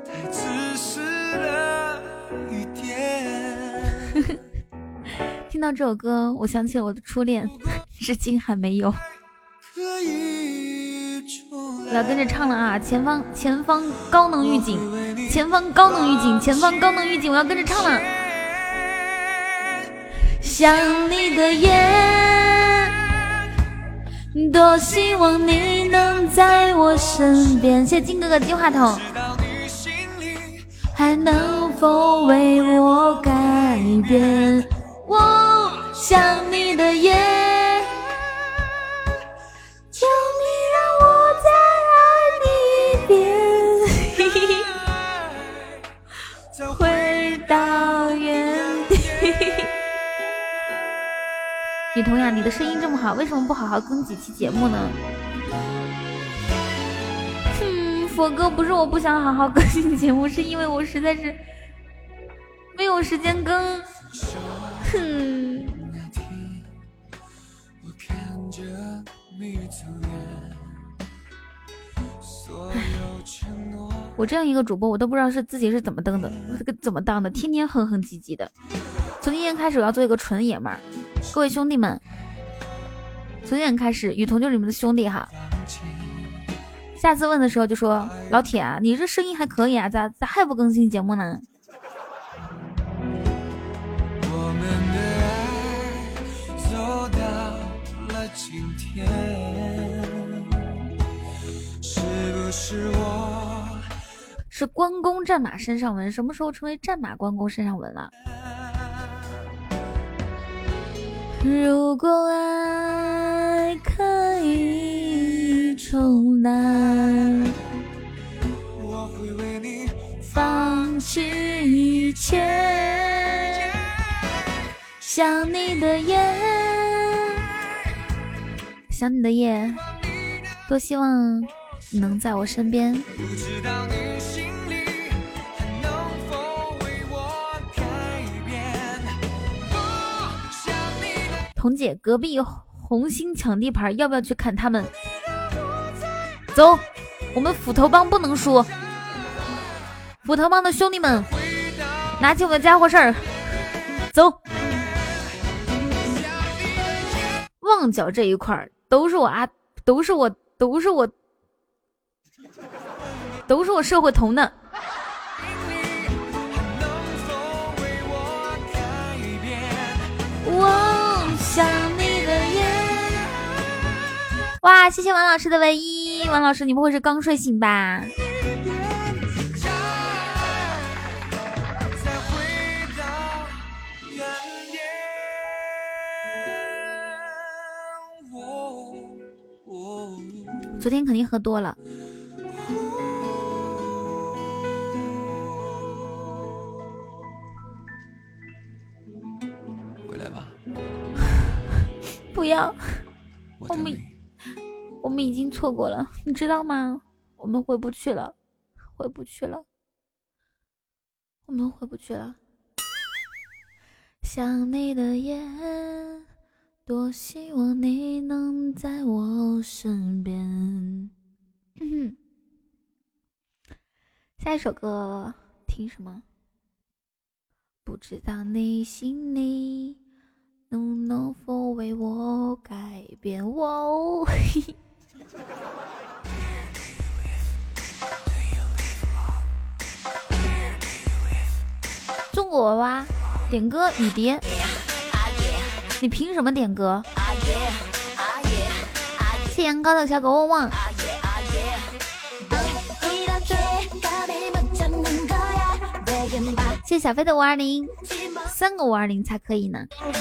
听到这首歌，我想起了我的初恋，至今还没有。我要跟着唱了啊！前方，前方高能预警，前方高能预警，前方高能预警！我要跟着唱了。想你的夜，多希望你能在我身边。谢谢金哥哥金话筒。还能否为我改变？我想你的夜，求你让我再爱你一遍，回到原地。雨桐呀，你的声音这么好，为什么不好好更几期节目呢？哼，佛哥，不是我不想好好更新节目，是因为我实在是没有时间更。哼。我这样一个主播，我都不知道是自己是怎么当的，这个怎么当的，天天哼哼唧唧的。从今天开始，我要做一个纯爷们儿。各位兄弟们，从今天开始，雨桐就是你们的兄弟哈。下次问的时候就说：“老铁啊，你这声音还可以啊，咋咋还不更新节目呢？” 我们的爱走到了今天，是不是我？ 是关公战马身上纹，什么时候成为战马关公身上纹了？如果爱可以重来， 我会为你放弃一切。想你的夜，想你的夜，多希望你能在我身边。 不知道你心里还能否为我改变。我想你的彤姐，隔壁红星抢地盘，要不要去砍他们？走，我们斧头帮不能输。斧头帮的兄弟们，拿起我的家伙事儿，走。旺角这一块都是我啊，都是我，都是我，都是我社会同的。我想你的夜。哇，谢谢王老师的唯一，王老师，你不会是刚睡醒吧？ 昨天肯定喝多了。 回来吧。 不要， 我我们我们已经错过了，你知道吗？我们回不去了，回不去了，我们回不去了。想你的夜，多希望你能在我身边。嗯，下一首歌听什么？不知道你心里能能否为我改变我。中国娃娃点歌雨蝶，你凭什么点歌？谢阳高的小狗汪汪。谢小飞的五二零，三个五二零才可以呢。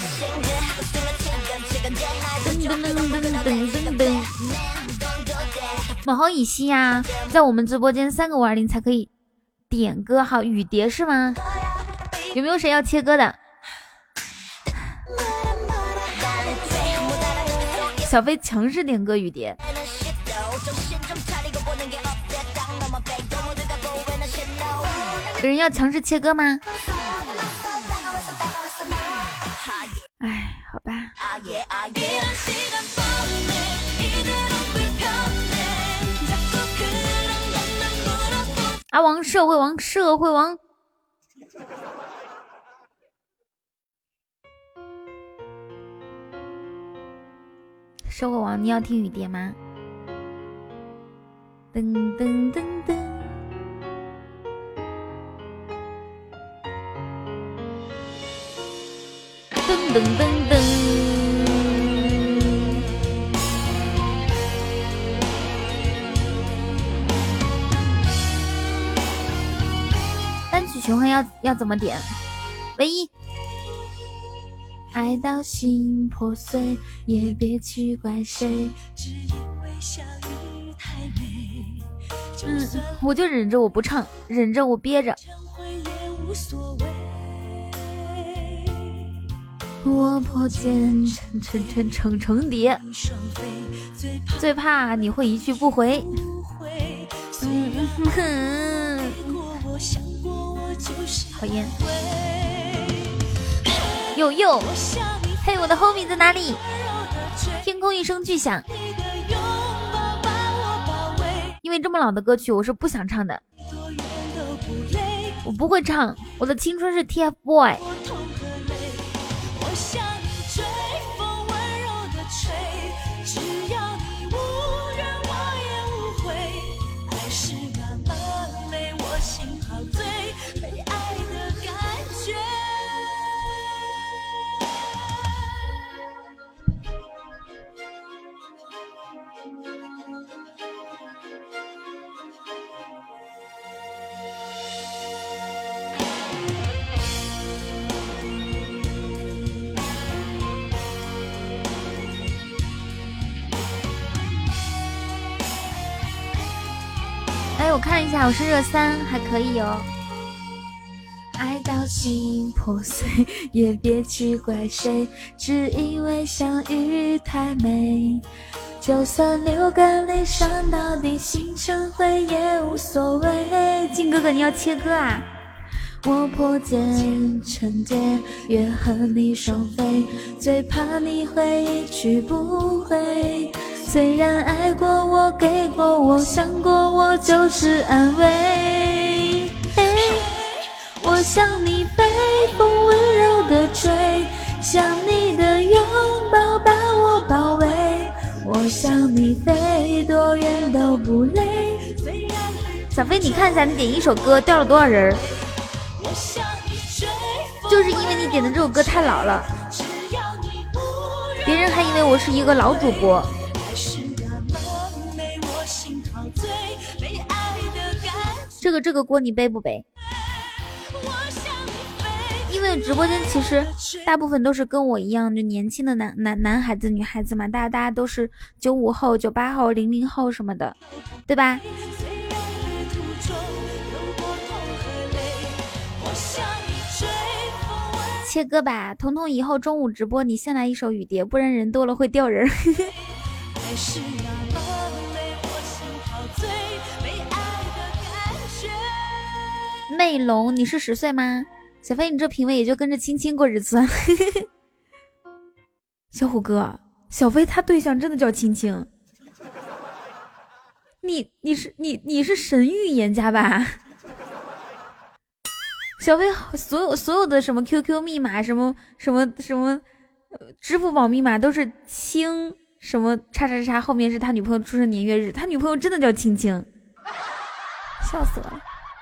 噔噔噔噔噔噔噔，某好以西呀，在我们直播间三个五二零才可以点歌。好，雨蝶是吗？有没有谁要切歌的？小飞强势点歌雨蝶。有人要强势切歌吗？哎，好吧。阿王社会王社会王，社会王，你要听雨蝶吗？噔噔噔噔。噔噔噔噔，单曲循环要要怎么点？唯一，爱到心破碎，也别去怪谁。嗯，我就忍着我不唱，忍着我憋着。我破茧成成成成成蝶，最怕你会一去不回。嗯哼，讨厌。呦呦，嘿，我的 homie 在哪里？天空一声巨响。因为这么老的歌曲，我是不想唱的。我不会唱，我的青春是 T F boy。哎，我看一下，我是热三，还可以哦。爱到心破碎，也别去怪谁，只因为相遇太美。就算流干泪，伤到底，心成灰也无所谓。金哥哥，你要切歌啊？我破茧成蝶，愿和你双飞，最怕你会一去不回。虽然爱过我，给过我，想过我，就是安慰。我向你飞，风温柔的吹，想你的拥抱把我包围。我向你飞，多远都不累。小飞，你看一下，你点一首歌掉了多少人？就是因为你点的这首歌太老了，别人还以为我是一个老主播。这个这个锅你背不背？因为为直播间其实大部分都是跟我一样就年轻的男男男孩子女孩子嘛，大家大家都是九五后九八后零零后什么的，对吧？切歌吧，彤彤以后中午直播你先来一首雨蝶，不然人多了会掉人。魅龙，你是十岁吗？小飞，你这品味也就跟着青青过日子。小虎哥，小飞他对象真的叫青青。你你是你你是神预言家吧？小飞所有所有的什么 Q Q 密码，什么什么什么，呃，支付宝密码都是青什么叉叉叉，后面是他女朋友出生年月日，他女朋友真的叫青青，笑死我了。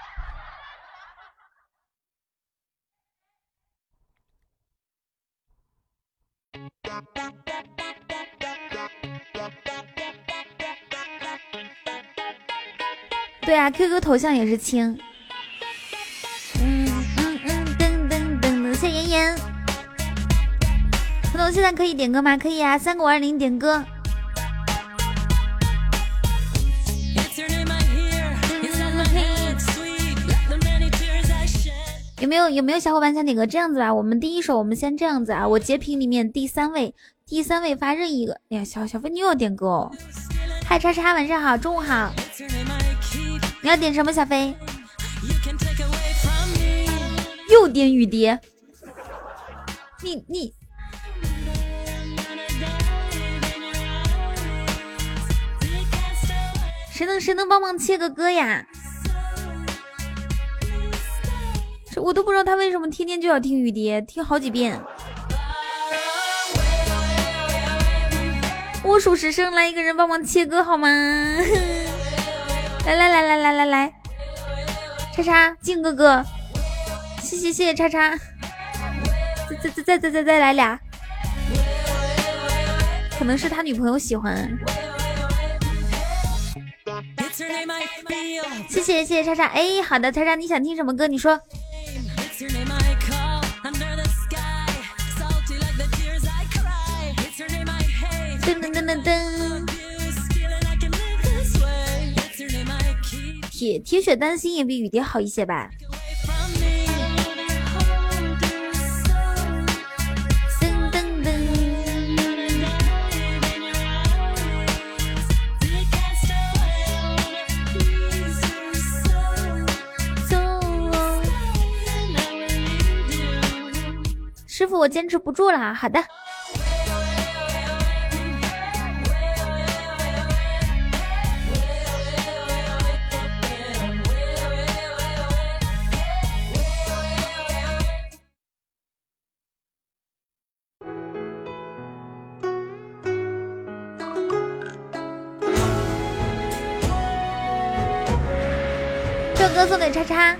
对啊 ，Q Q 头像也是青。嗯嗯嗯，噔噔噔噔，谢妍妍。彤彤现在可以点歌吗？可以啊，三个五二零点歌。有没有有没有小伙伴想点歌？这样子吧，我们第一首我们先这样子啊，我截屏里面第三位，第三位发任意一个。哎呀，小小飞你又要点歌哦。嗨，叉叉，晚上好，中午好。你要点什么，小飞？又点雨蝶。你你。谁能谁能帮忙切个歌呀？我都不知道他为什么天天就要听雨蝶，听好几遍。我数十声，来一个人帮忙切歌好吗？来来来来来来来，叉叉静哥哥，谢谢谢谢叉叉，再再再再再再来俩，可能是他女朋友喜欢。谢谢谢谢叉叉，哎，好的，叉叉你想听什么歌？你说。噔噔噔噔噔，铁铁血丹心也比雨蝶好一些吧。噔噔噔，师傅，我坚持不住了。好的。这首歌送给叉叉。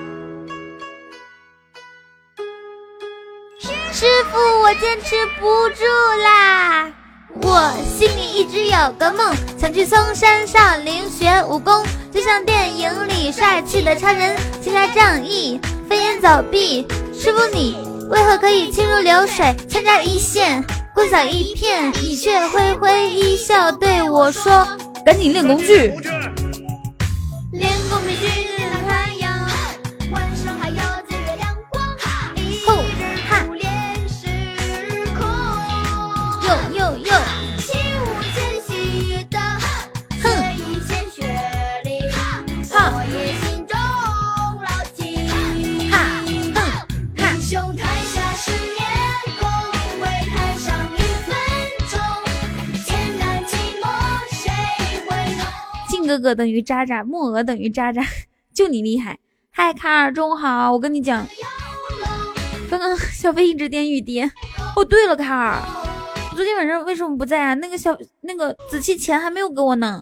师傅，我坚持不住啦！我心里一直有个梦，想去嵩山少林学武功，就像电影里帅气的超人，行侠仗义，飞檐走壁。师傅，你为何可以轻如流水，参加一线，棍扫一片，你却挥挥衣笑对我说：“赶紧练功去。”练功必须日来太阳，晚上还要借月亮光，一日不练时空。呦呦呦，起舞前夕的，血雨鲜血里，我也心中牢记。哈哼，英雄台下十年功，为台上一分钟，艰难寂寞谁会懂？靖哥哥等于渣渣，木鹅等于渣渣，就你厉害。嗨，卡尔中好，我跟你讲，刚刚小飞一直点雨蝶。哦，对了，卡尔，昨天晚上为什么不在啊？那个小那个子期钱还没有给我呢。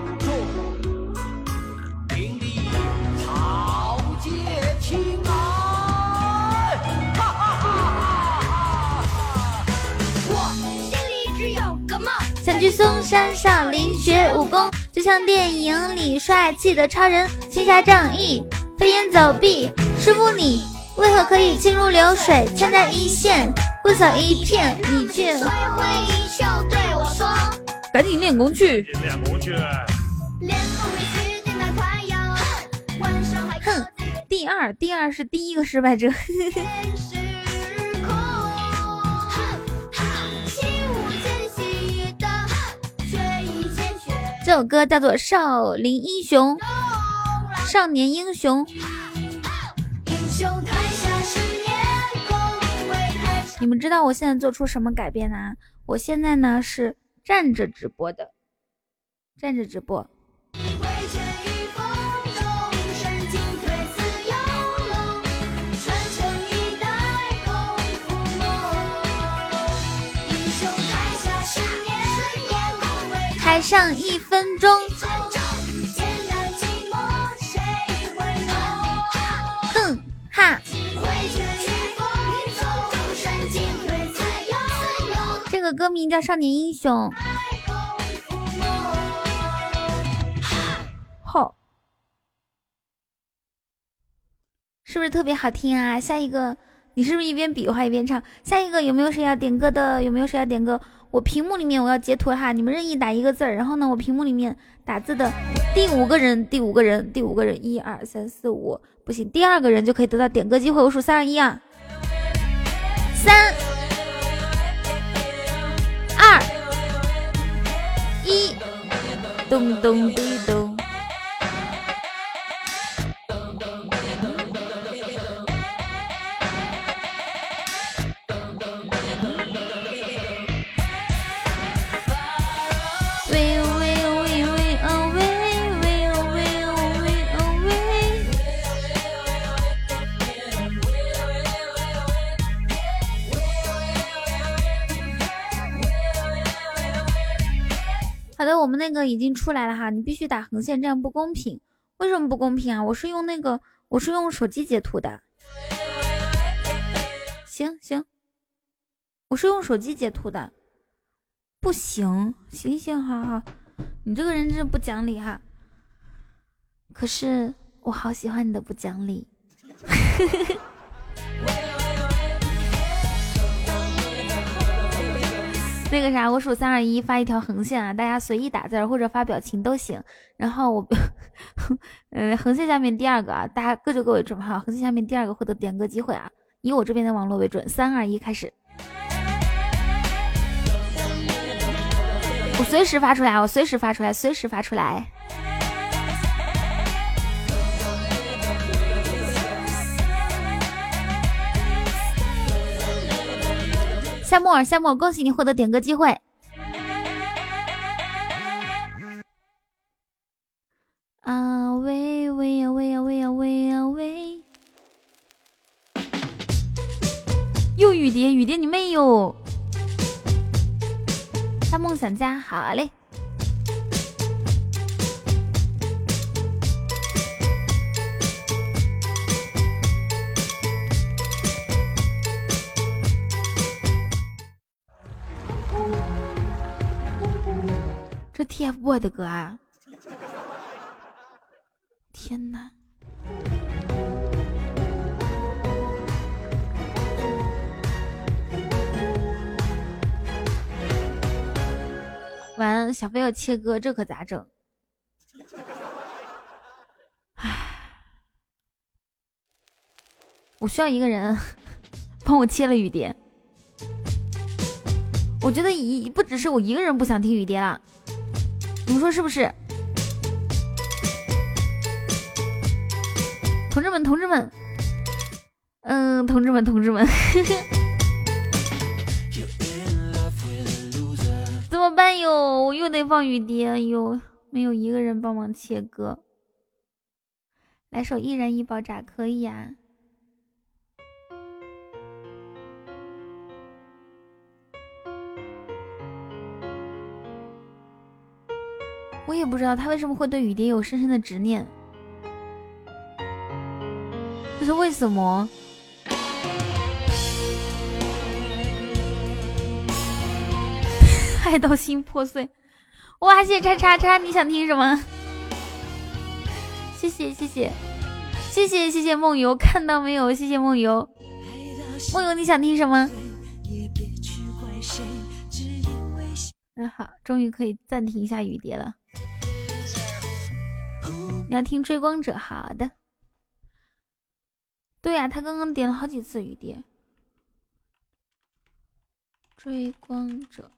想去嵩山少林学武功，就像电影里帅气的超人，行侠仗义，飞檐走壁。师傅你为何可以心如流水，站在一线，不走一片，你却挥挥衣袖对我说，赶紧练功去，练功去。哼，第二，第二是第一个失败者。这首歌叫做《少林英雄》，少年英雄。你们知道我现在做出什么改变呢？我现在呢是站着直播的，站着直播。台上一分钟，哼哈。这个歌名叫《少年英雄》。吼，是不是特别好听啊？下一个，你是不是一边比划一边唱？下一个有没有谁要点歌的？有没有谁要点歌？我屏幕里面我要截图哈，你们任意打一个字儿，然后呢，我屏幕里面打字的第五个人，第五个人，第五个人，一二三四五，不行，第二个人就可以得到点歌机会。我数三二一啊，三二一，咚咚滴咚。好的，我们那个已经出来了哈，你必须打横线，这样不公平。为什么不公平啊？我是用那个，我是用手机截图的。行行，我是用手机截图的，不行，行行好好，你这个人真是不讲理哈。可是我好喜欢你的不讲理。那个啥，我数三二一发一条横线啊，大家随意打字或者发表情都行。然后我，呃，横线下面第二个啊，大家各就各位准备好，横线下面第二个获得点歌机会啊，以我这边的网络为准。三二一开始，我随时发出来，我随时发出来，随时发出来。夏沫尔，夏沫尔，恭喜你获得点歌机会。啊喂喂呀喂呀喂呀喂呀喂！又雨蝶，雨蝶你妹哟！大梦想家，好嘞。这 T F boy 的歌啊！天哪！完，小飞要切歌，这可咋整？唉，我需要一个人帮我切了雨蝶。我觉得一不只是我一个人不想听雨蝶了。你们说是不是？同志们，同志们，嗯，同志们，同志们，怎么办哟？我又得放雨蝶哟，没有一个人帮忙切歌。来首一人一爆炸可以啊。我也不知道他为什么会对雨蝶有深深的执念，这是为什么？爱到心破碎。哇，谢谢叉叉叉，你想听什么？谢谢谢谢谢谢谢谢谢梦游，看到没有？谢谢梦游。梦游，你想听什么？那好，终于可以暂停一下雨蝶了。你要听追光者？好的。对呀、啊，他刚刚点了好几次雨蝶。追光者。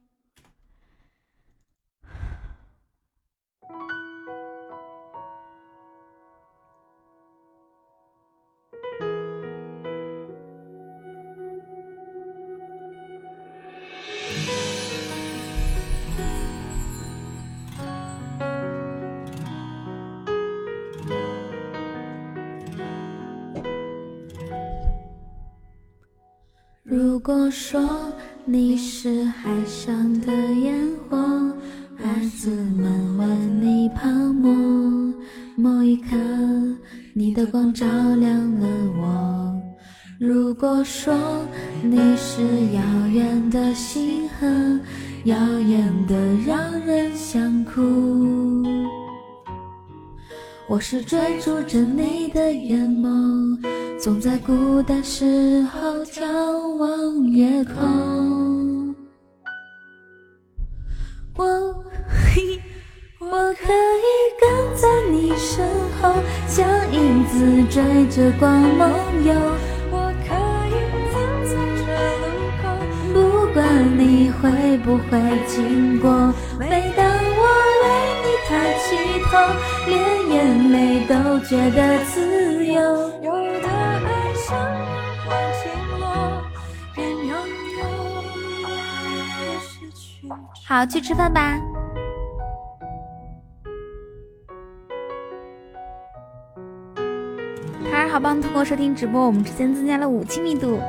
如果说你是海上的烟火，孩子们为你泡沫，某一刻你的光照亮了我。如果说你是遥远的星河，耀眼的让人想哭，我是追逐着你的眼眸，总在孤单时候眺望夜空。我我可以跟在你身后，像影子追着光梦游。我可以等在这路口，不管你会不会经过。每当我为你抬起头，连眼泪都觉得自由。有的爱像阳光倾落，边拥有边失去。好，去吃饭吧。哈儿好棒！通过收听直播，我们之间增加了五亲密度。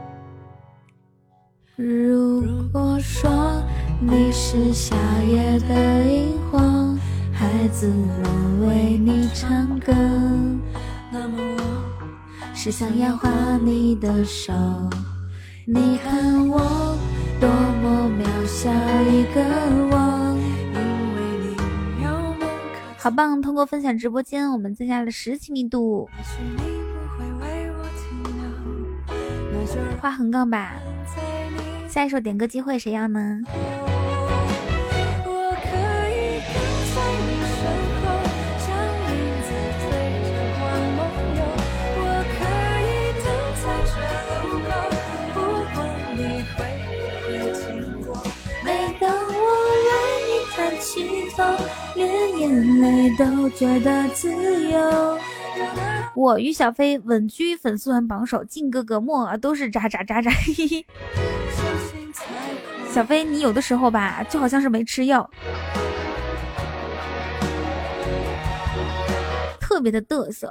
如果说你是夏夜的萤火，孩子们为你唱歌，那么我是想要画你的手。你看我多么渺小一个我，因为你有梦可好棒！通过分享直播间，我们增加了十亲密度。画横杠吧，下一首点歌机会谁要呢？我可以跟在你身后，像影子追着光梦游。我可以等在这路口，不管你会不会经过。每当我为你抬起头，连眼泪都觉得自由。我与小飞稳居粉丝团榜首，靖哥哥莫儿都是渣渣渣渣。嘿嘿。小飞，你有的时候吧，就好像是没吃药，特别的嘚瑟。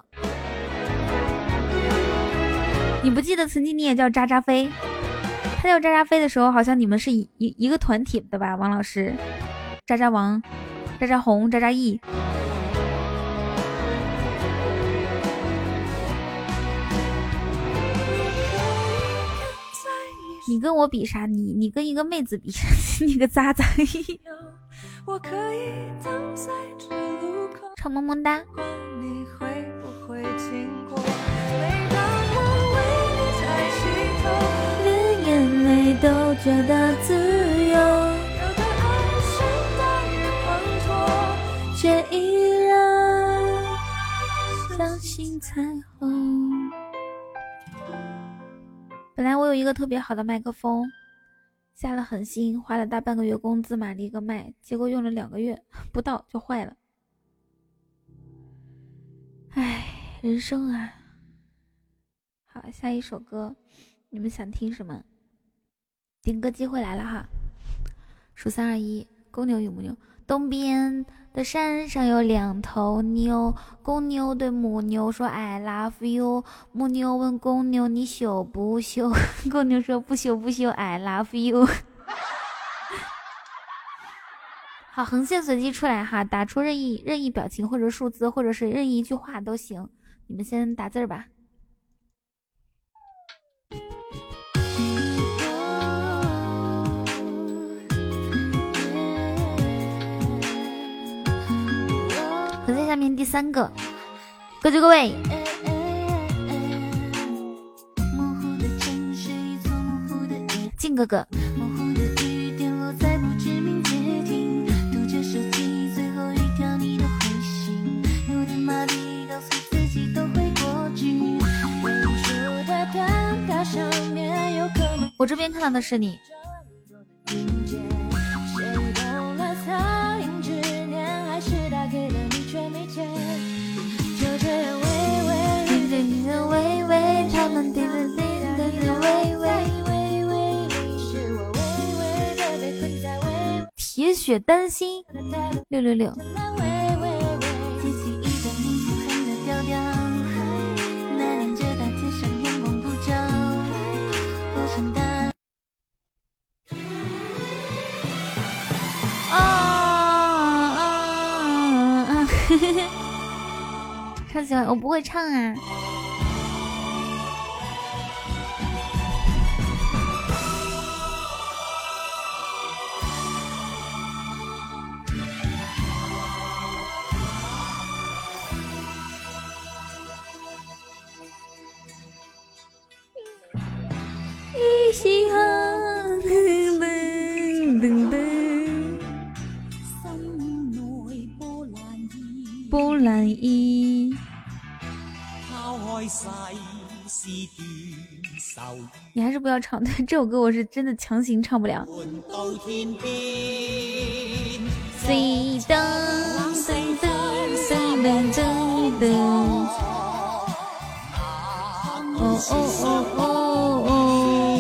你不记得曾经你也叫渣渣飞？他叫渣渣飞的时候，好像你们是一一一个团体的吧？王老师，渣渣王、渣渣红、渣渣义。你跟我比啥？你你跟一个妹子比啥？你个渣渣！我可以等在这路口，唱么么哒。你会不会经过？每当我为你抬起头，连眼泪都觉得自由。有的爱像大雨滂沱，却依然相信彩虹。本来我有一个特别好的麦克风，下了狠心，花了大半个月工资买了一个麦，结果用了两个月不到就坏了。唉，人生啊。好，下一首歌你们想听什么？点歌机会来了哈，数三二一，公牛与母牛。东边的山上有两头牛，公牛对母牛说 I love you， 母牛问公牛你羞不羞，公牛说不羞不羞 I love you。 好，横线随机出来哈，打出任意任意表情或者数字或者是任意一句话都行，你们先打字吧。横线下面第三个，各就各位。 靖哥哥。我这边看到的是你。铁血丹心六六六。超喜欢，我不会唱啊。一起哼噔噔噔。波澜衣，你还是不要唱。对，这首歌我是真的强行唱不了。C 噔噔噔噔噔噔噔，哦哦哦哦哦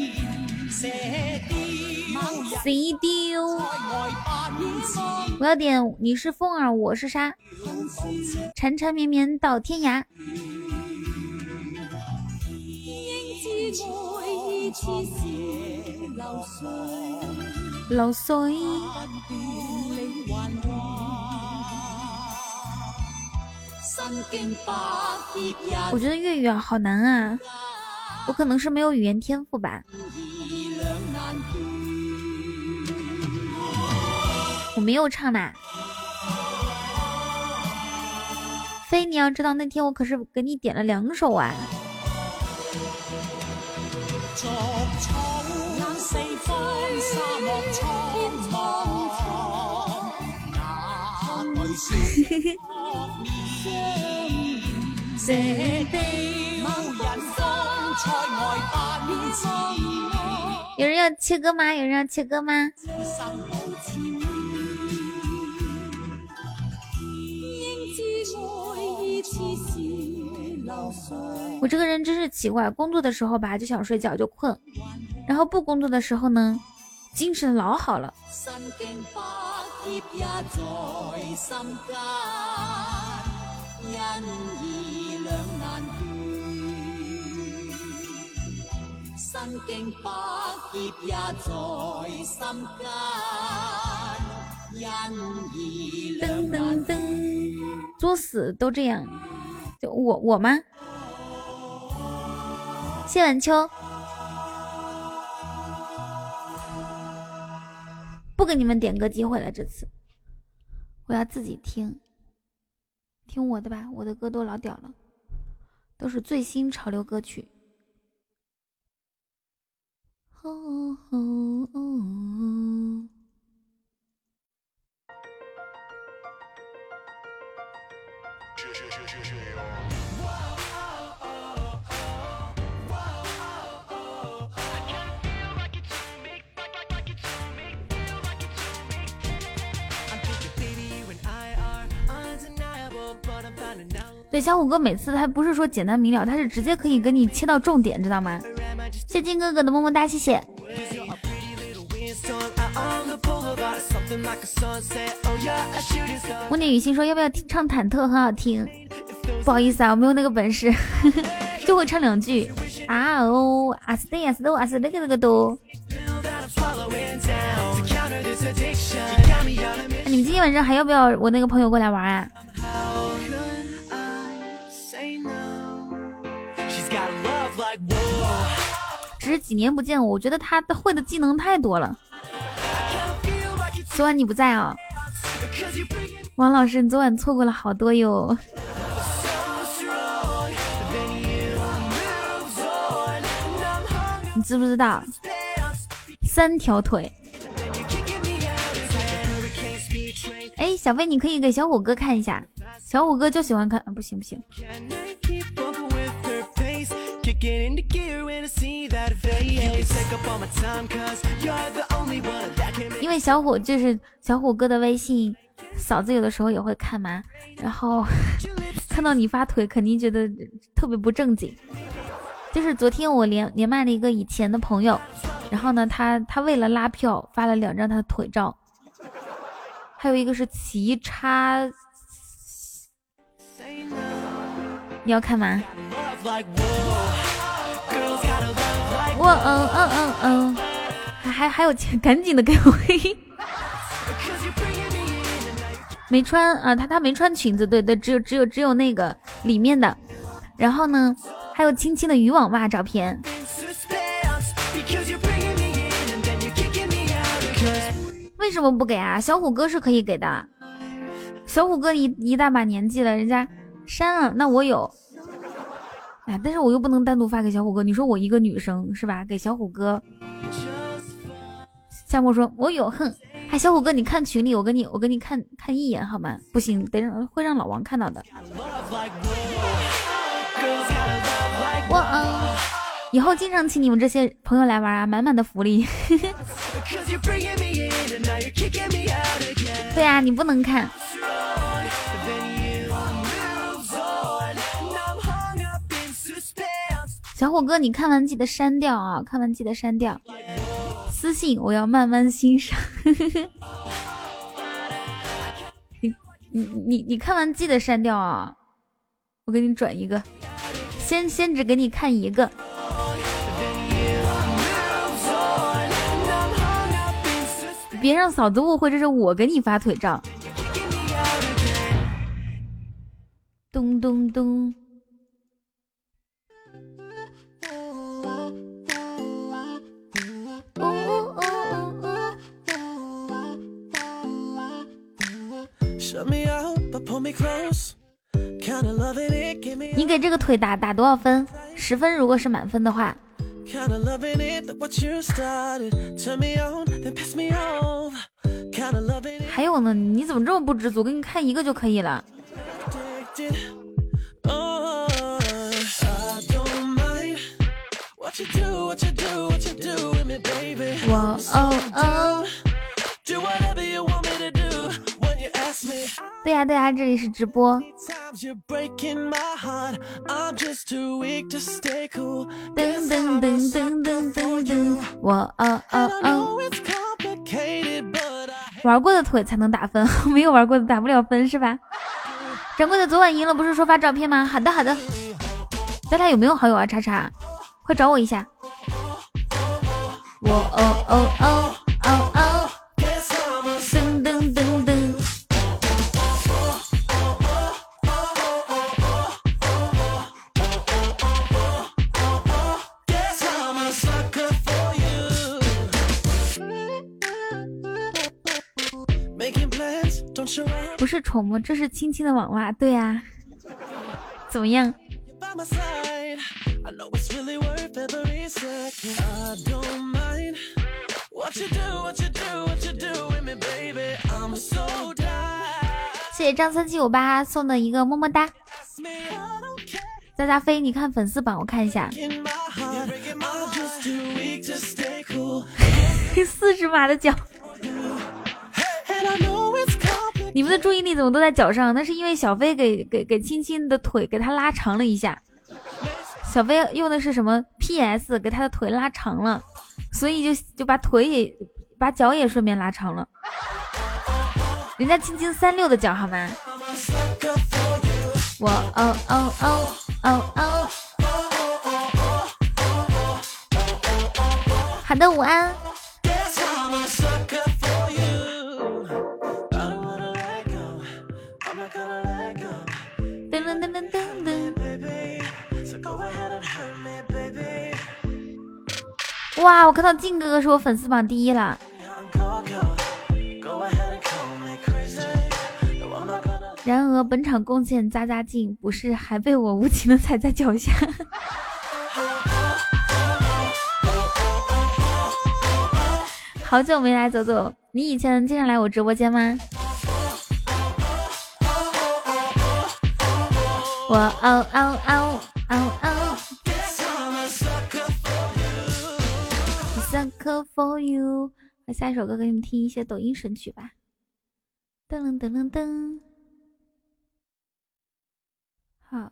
，C 丢。我要点你是风儿我是沙，缠缠绵绵到天涯。流水，我觉得粤语啊好难啊，我可能是没有语言天赋吧。我没有唱的。飞，你要知道那天我可是给你点了两首啊。有人要切歌吗？有人要切歌吗？我这个人真是奇怪，工作的时候吧就想睡觉就困，然后不工作的时候呢精神老好了。噔噔噔，作死都这样，就我我吗？谢晚秋，不给你们点歌机会了，这次我要自己听，听我的吧，我的歌都老屌了，都是最新潮流歌曲。哦哦哦哦对，小虎哥每次他不是说简单明了，他是直接可以给你切到重点，知道吗？谢金哥哥的么么哒，谢谢。我念雨欣说要不要唱忐忑，很好听。不好意思啊，我没有那个本事，就会唱两句啊哦啊斯对啊斯都啊斯那个那个都。你们今天晚上还要不要我那个朋友过来玩啊？只是几年不见，我觉得他会的技能太多了。昨晚你不在啊、哦，王老师，你昨晚错过了好多哟。你知不知道三条腿。哎，小飞，你可以给小虎哥看一下，小虎哥就喜欢看，啊、不行不行。因为小虎就是小虎哥的微信，嫂子有的时候也会看嘛，然后看到你发腿，肯定觉得特别不正经。就是昨天我连连麦了一个以前的朋友，然后呢，他他为了拉票发了两张他的腿照，还有一个是齐叉，你要看吗？我嗯嗯嗯嗯，还还还有钱，赶紧的给我嘿嘿。没穿啊，他他没穿裙子，对对，只有只有只有那个里面的，然后呢，还有轻轻的渔网袜照片。为什么不给啊？小虎哥是可以给的，小虎哥一一大把年纪了，人家删了，那我有。哎，但是我又不能单独发给小虎哥，你说我一个女生是吧？给小虎哥，夏沫说我有，哼，哎，小虎哥你看群里，我给你我给你看看一眼好吗？不行，得让会让老王看到的。我嗯，以后经常请你们这些朋友来玩啊，满满的福利。对啊，你不能看。小虎哥，你看完记得删掉啊！看完记得删掉。私信我要慢慢欣赏。你你你你看完记得删掉啊！我给你转一个，先先只给你看一个。别让嫂子误会，这是我给你发腿照。咚咚咚。你给这个腿打打多少分？十分，如果是满分的话。还有呢？你怎么这么不知足？给你看一个就可以了。我哦哦。对呀对呀，这里是直播。噔噔噔噔噔噔噔，我哦哦哦。玩过的腿才能打分，没有玩过的打不了分是吧？掌柜的昨晚赢了，不是说发照片吗？好的好的。咱俩有没有好友啊？叉叉，快找我一下。我哦哦哦哦哦。噔噔噔噔。不是宠物，这是亲亲的网袜。对呀、啊，怎么样？谢谢张三七五八送的一个么么哒。大家飞，你看粉丝榜，我看一下。四十码的脚。你们的注意力怎么都在脚上？那是因为小飞给给给亲亲的腿给他拉长了一下。小飞用的是什么 P S 给他的腿拉长了，所以就就把腿也把脚也顺便拉长了。人家亲亲三六的脚好吗？我哦哦哦哦哦。好的，午安。噔噔噔噔噔噔。哇，我看到静哥哥是我粉丝榜第一了。然而本场贡献加加劲，不是还被我无情的踩在脚下。 好久没来走走，你以前经常来我直播间吗？我哦哦哦哦哦 ，Sucker for you。那下一首歌给你们听一些抖音神曲吧。噔噔噔噔噔。好。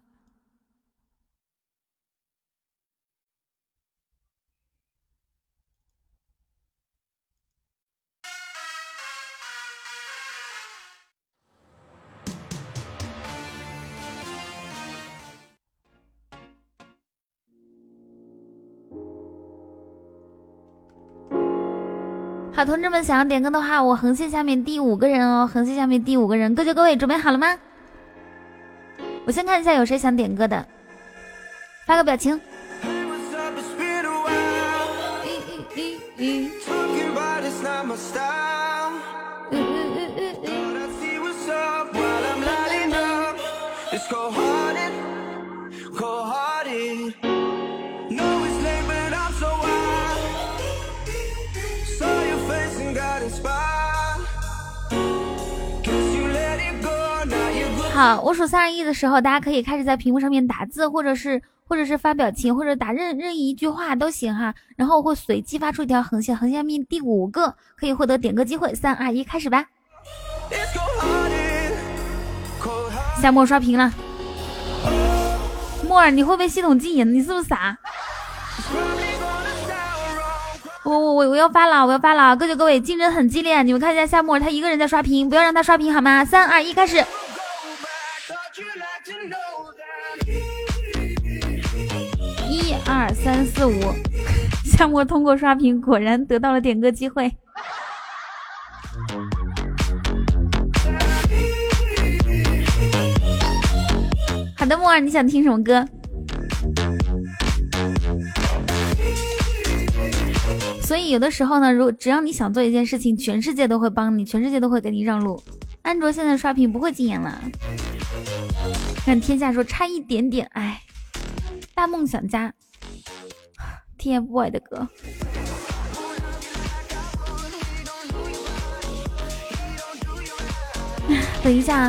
好，同志们想要点歌的话，我横线下面第五个人哦，横线下面第五个人，各就各位，准备好了吗？我先看一下有谁想点歌的，发个表情。好，我数三二一的时候，大家可以开始在屏幕上面打字，或者是或者是发表情，或者打任任意一句话都行哈。然后我会随机发出一条横线，横线面第五个可以获得点歌机会。三二一，开始吧。夏沫刷屏了，沫儿，你会被系统禁言，你是不是傻？我我我我要发了，我要发了！各就各位，竞争很激烈，你们看一下夏沫，他一个人在刷屏，不要让他刷屏好吗？三二一，开始！一二三四五，夏沫通过刷屏，果然得到了点歌机会。好的，沫儿，你想听什么歌？所以有的时候呢，如果只要你想做一件事情，全世界都会帮你，全世界都会给你让路。安卓现在刷屏不会禁言了。看天下说差一点点，哎，大梦想家 T F boy 的歌。等一下。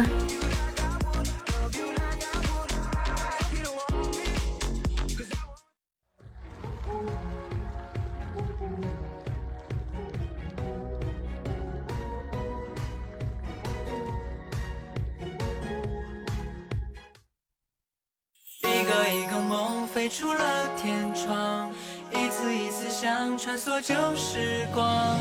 一个一个梦飞出了天窗，一次一次想穿梭旧时光。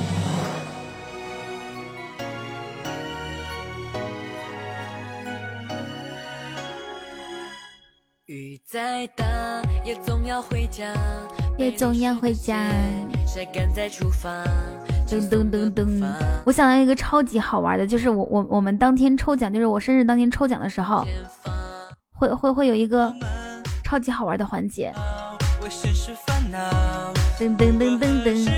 雨再大也总要回家， 也总要回家。 晒干再出发。 噔噔噔噔！我想到一个超级好玩的，就是我我我们当天抽奖，就是我生日当天抽奖的时候，会会会有一个超级好玩的环节。噔噔噔噔噔！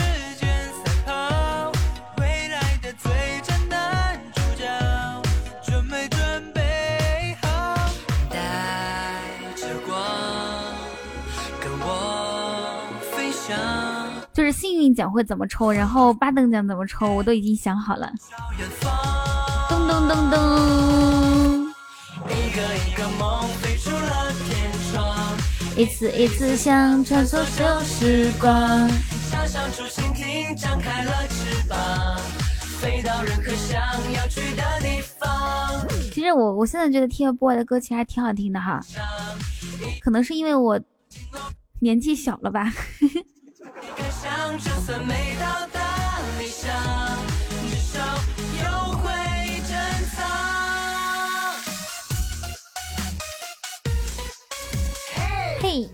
就是幸运奖会怎么抽，然后八等奖怎么抽，我都已经想好了。咚咚咚咚！一次一次想穿梭旧时光，想象出蜻蜓张开了翅膀，飞到任何想要去的地方。其实我我现在觉得 T F boy 的歌其实还挺好听的哈，可能是因为我年纪小了吧。就算没到达理想，至少有会珍藏。嘿，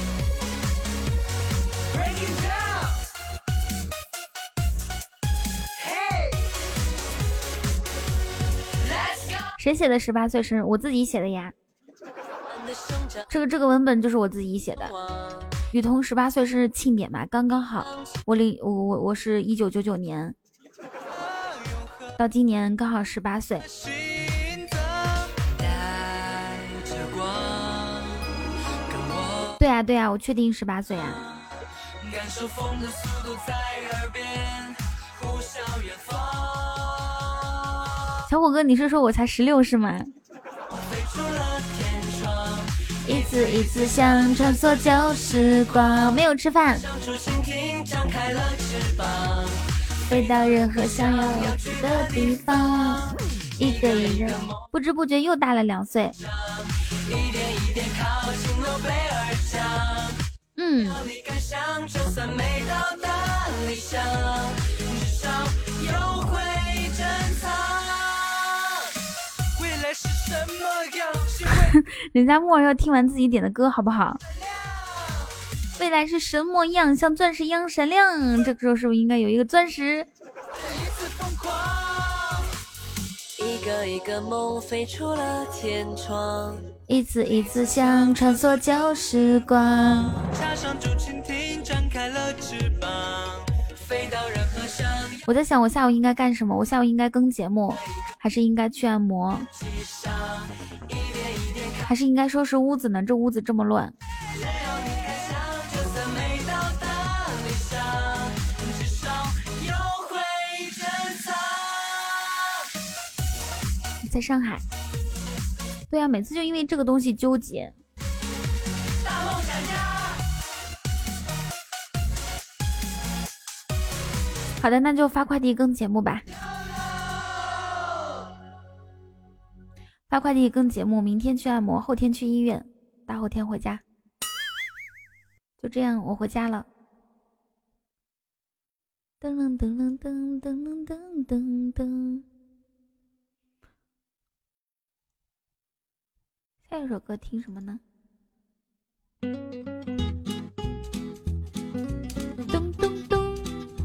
谁写的十八岁生日？我自己写的呀。这个这个文本就是我自己写的。雨桐十八岁是庆典吧，刚刚好。我零我我我是一九九九年，到今年刚好十八岁。对啊对啊，我确定十八岁啊。感受风的速度在耳边， 小虎哥，你是说我才十六是吗？一次一次想穿梭旧时光，没有吃饭，飞到任何想要去的地方。一个一人，不知不觉又大了两岁。嗯。人家默儿要听完自己点的歌好不好？未来是什么样？像钻石一样闪亮。这个时候是不是应该有一个钻石？一个一个梦飞出了天窗，一次一次想穿梭旧时光。我在想我下午应该干什么？我下午应该更节目，还是应该去按摩，还是应该收拾屋子呢？这屋子这么乱。在上海，对啊，每次就因为这个东西纠结。好的，那就发快递更节目吧。发快递更节目，明天去按摩，后天去医院，大后天回家。就这样，我回家了。噔噔噔噔噔噔噔噔噔。下一首歌听什么呢？咚咚咚。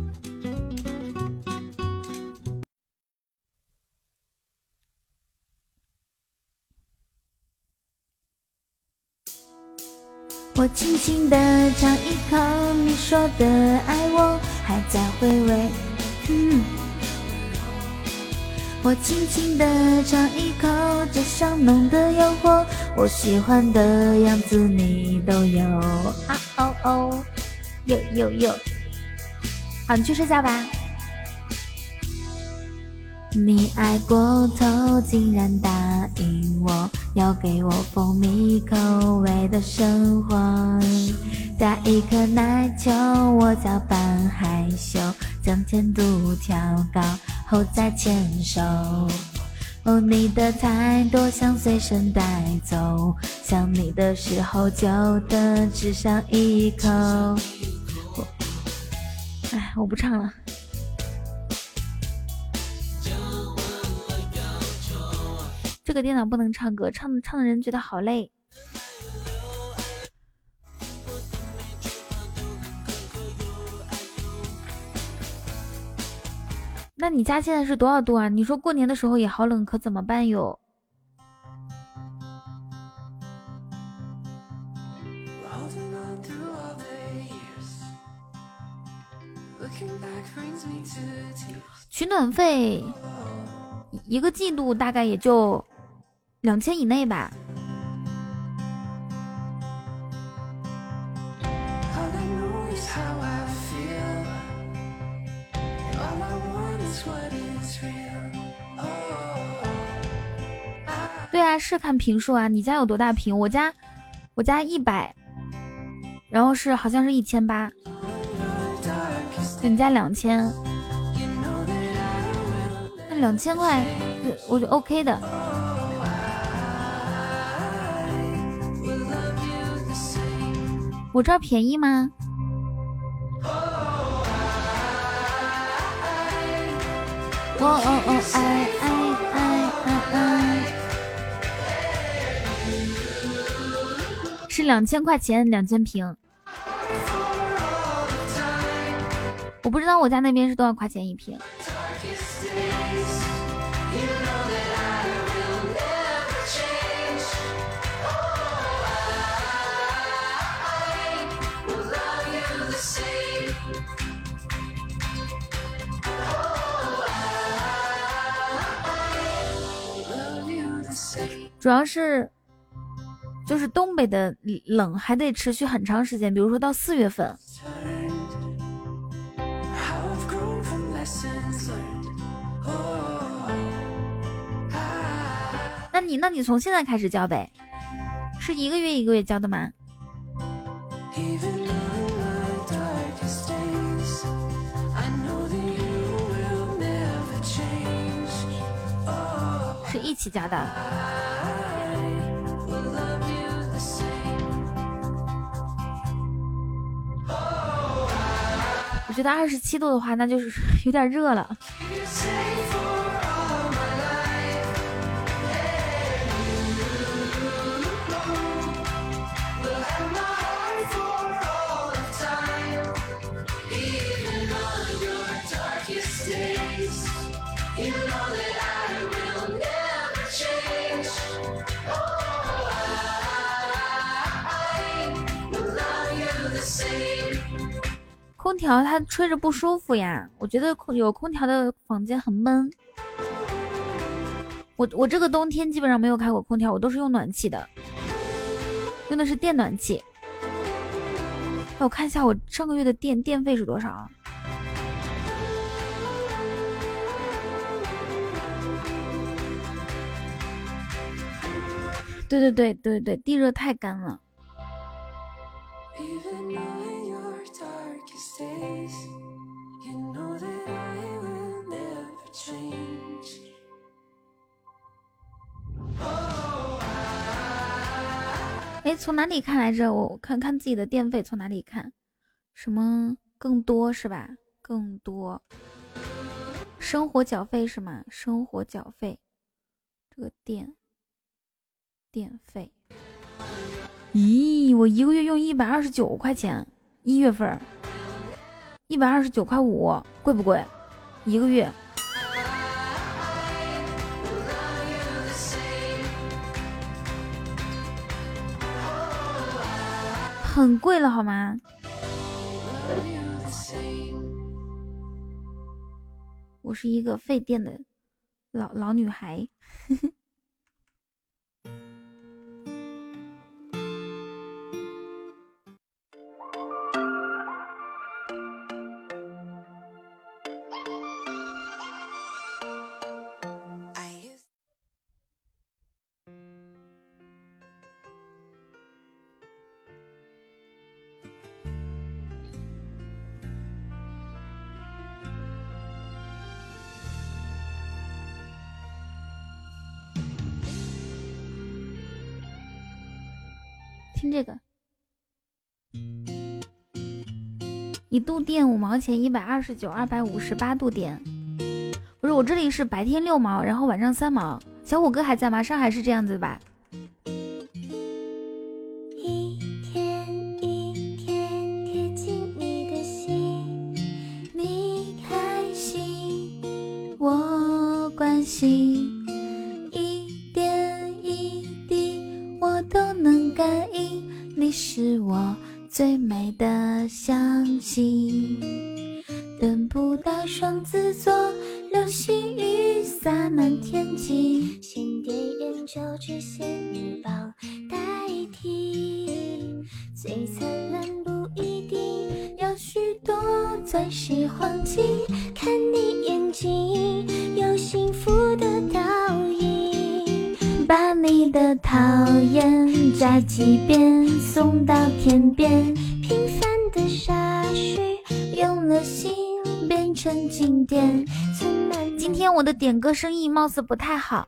我轻轻地尝一口你说的爱，我还在回味。嗯。我轻轻地尝一口这香浓的诱惑，我喜欢的样子你都有。啊哦哦，有有有。好，你去睡觉吧。你爱过头，竟然答应我要给我蜂蜜口味的生活，加一颗奶球，我搅拌害羞，将甜度调高后再牵手。哦，你的态度想随身带走，想你的时候就得吃上一口。哎，我不唱了。这个电脑不能唱歌，唱唱的人觉得好累。那你家现在是多少度啊？你说过年的时候也好冷，可怎么办哟？取暖费一个季度大概也就两千以内吧。对啊，是看平数啊。你家有多大平？我家我家一百，然后是好像是一千八，你家两千，那两千块我就 OK 的。我这儿便宜吗？哦哦哦，哎哎哎哎哎，是两千块钱，两千平。我不知道我家那边是多少块钱一平。主要是就是东北的冷还得持续很长时间，比如说到四月份。 那你那你从现在开始交呗，是一个月一个月交的吗？是一起交的。我觉得二十七度的话，那就是有点热了。空调它吹着不舒服呀，我觉得有空调的房间很闷。我我这个冬天基本上没有开过空调，我都是用暖气的，用的是电暖气。我看一下我上个月的电电费是多少啊？对对对对对，地热太干了。哎，从哪里看来着？我看看自己的电费从哪里看？什么更多是吧？更多，生活缴费是吗？生活缴费，这个电电费。咦，我一个月用一百二十九块钱，一月份一百二十九块五，贵不贵？一个月。很贵了好吗？我是一个费电的老老女孩。听这个，一度电五毛钱，一百二十九，二百五十八度电。不是，我这里是白天六毛，然后晚上三毛。小虎哥还在吗？上海是这样子吧？一天一天贴近你的心，你开心，我关心，一点一滴我都能感应。你是我最美的相信，等不到双子座，流星雨洒满天际，先点燃就只仙女棒代替，最灿烂不一定要许多钻石黄金，看你眼睛有幸福的倒影，把你的讨厌摘几遍送到天边，平凡的傻事用了心变成经典。今天我的点歌生意貌似不太好，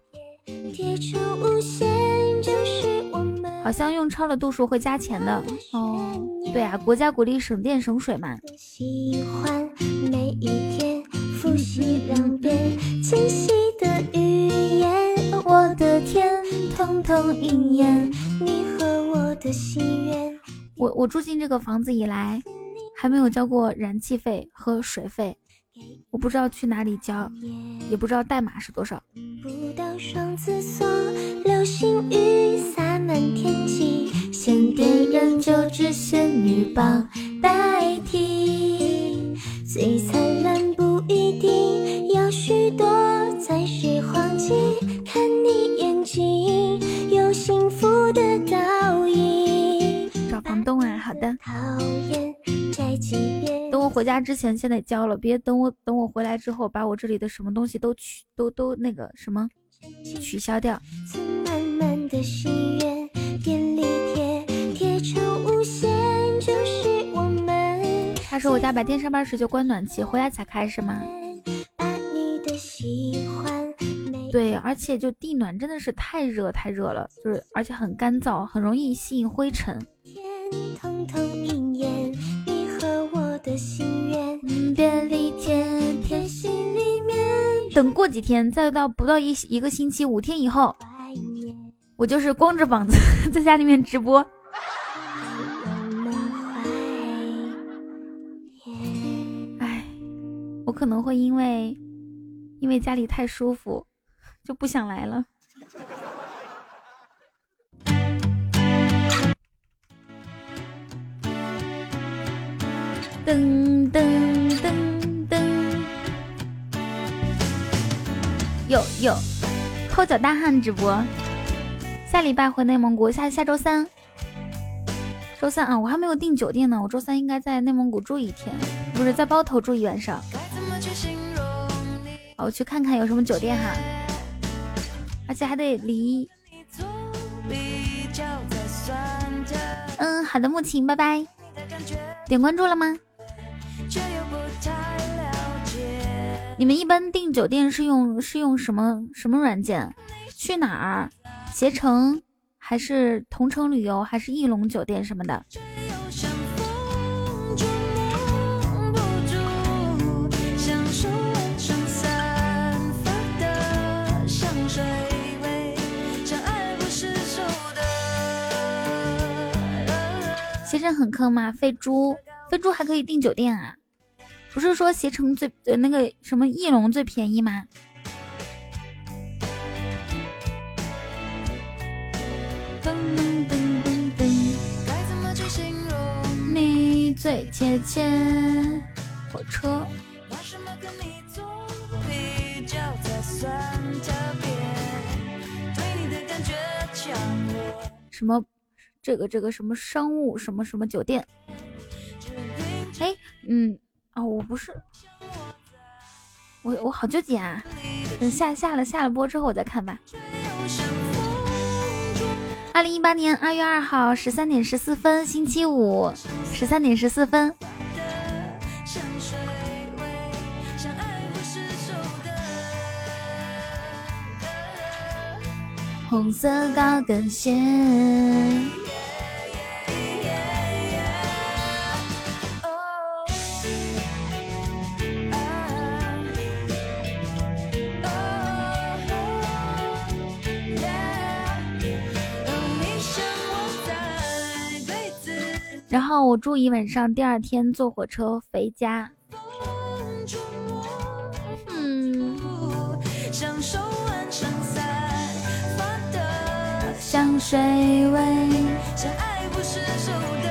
好像用超了度数会加钱的哦。对啊，国家鼓励省电省水嘛。喜欢每一天复习两遍清晰的语言，我的天通通应验，你和我的心愿。我我住进这个房子以来还没有交过燃气费和水费，我不知道去哪里交，也不知道代码是多少。不到双子座，流星雨洒满天际，先点燃就只仙女棒代替，最灿烂不一定要许多钻石黄金，看你眼睛有幸福的倒影。找房东啊，好的。讨厌摘等我回家之前先得交了，别等我等我回来之后把我这里的什么东西都取都都那个什么取消掉。慢慢的心愿便利贴贴成无限，就是我们。他说我家白天上班时就关暖气，回来才开是吗？把你的喜欢对，而且就地暖真的是太热太热了，就是而且很干燥，很容易吸引灰尘。通通应验你和我的心愿，别离天天心里面。等过几天，再到不到一一个星期，五天以后，我就是光着膀子在家里面直播。哎，我可能会因为因为家里太舒服，就不想来了。噔噔噔噔，有有，抠脚大汉直播，下礼拜回内蒙古，下下周三，周三啊，我还没有订酒店呢，我周三应该在内蒙古住一天，不是在包头住一晚上。好，我去看看有什么酒店哈，而且还得离。嗯，好的，木晴，拜拜。点关注了吗？你们一般订酒店是用是用什么什么软件？去哪儿？携程还是同程旅游还是翼龙酒店什么的？携程很坑吗？飞猪，飞猪还可以订酒店啊？不是说携程最呃那个什么翼龙最便宜吗？噔噔噔噔噔，该怎么去形容你最贴切？火车。什么？这个这个什么商务什么什么酒店？哎，嗯。哦，我不是，我我好纠结啊！等下下了下了播之后我再看吧。二零一八年二月二号十三点十四分，星期五，十三点十四分。红色高跟鞋。然后我住一晚上，第二天坐火车回家。嗯，像水味，像爱不释手的。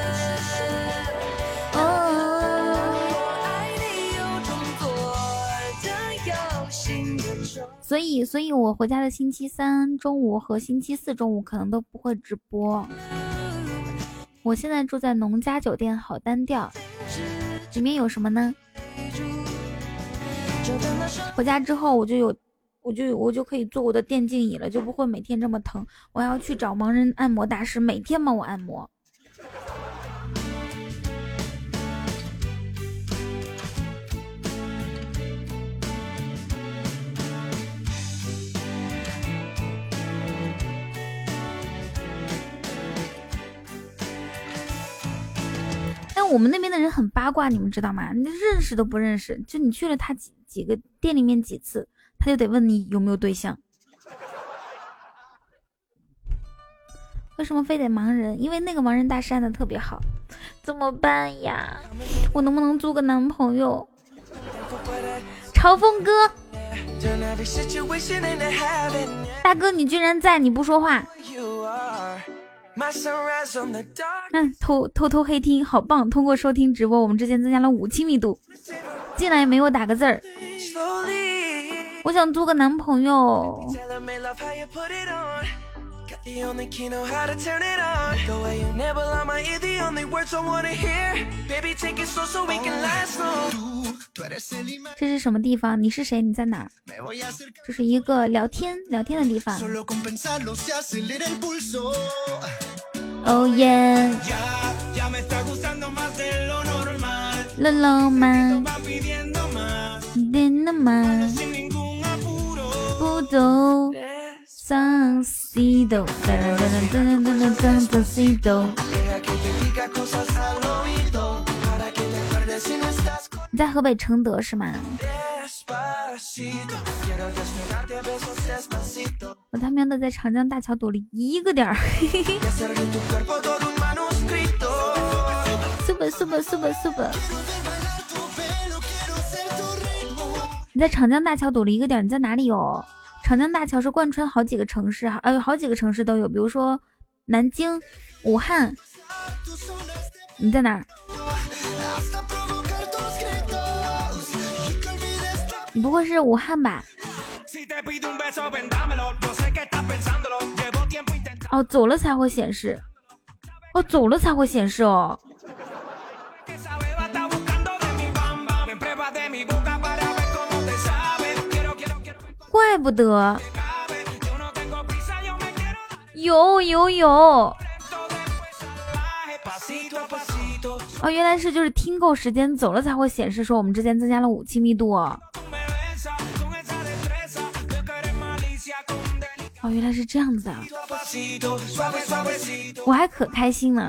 哦，爱你有种做的有心的。所以，所以我回家的星期三中午和星期四中午可能都不会直播。我现在住在农家酒店，好单调。里面有什么呢？回家之后我就有，我就我就可以坐我的电竞椅了，就不会每天这么疼。我要去找盲人按摩大师，每天帮我按摩。但我们那边的人很八卦，你们知道吗？你认识都不认识，就你去了他几几个店里面几次，他就得问你有没有对象。为什么非得盲人？因为那个盲人大师按的特别好。怎么办呀？我能不能租个男朋友？嘲讽哥，大哥你居然在，你不说话。嗯，偷偷偷黑听，好棒！通过收听直播，我们之间增加了五亲密度。进来没有打个字儿。我想租个男朋友。 这是什么地方？你是谁？你在哪儿？这是一个聊天聊天的地方。哦耶！乐乐吗？真的吗？不懂。桑西多，噔噔噔噔噔噔噔西多。你在河北承德是吗？我他喵的在长江大桥堵了一个点儿。super super super super。你在长江大桥堵了一个点，你在哪里哦？长江大桥是贯穿好几个城市，呃，好几个城市都有，比如说南京、武汉。你在哪儿？你不会是武汉吧？哦，走了才会显示。哦，走了才会显示哦。怪不得。有有有。哦，原来是就是听够时间走了才会显示说我们之间增加了五亲密度哦。哦，原来是这样子啊！我还可开心呢。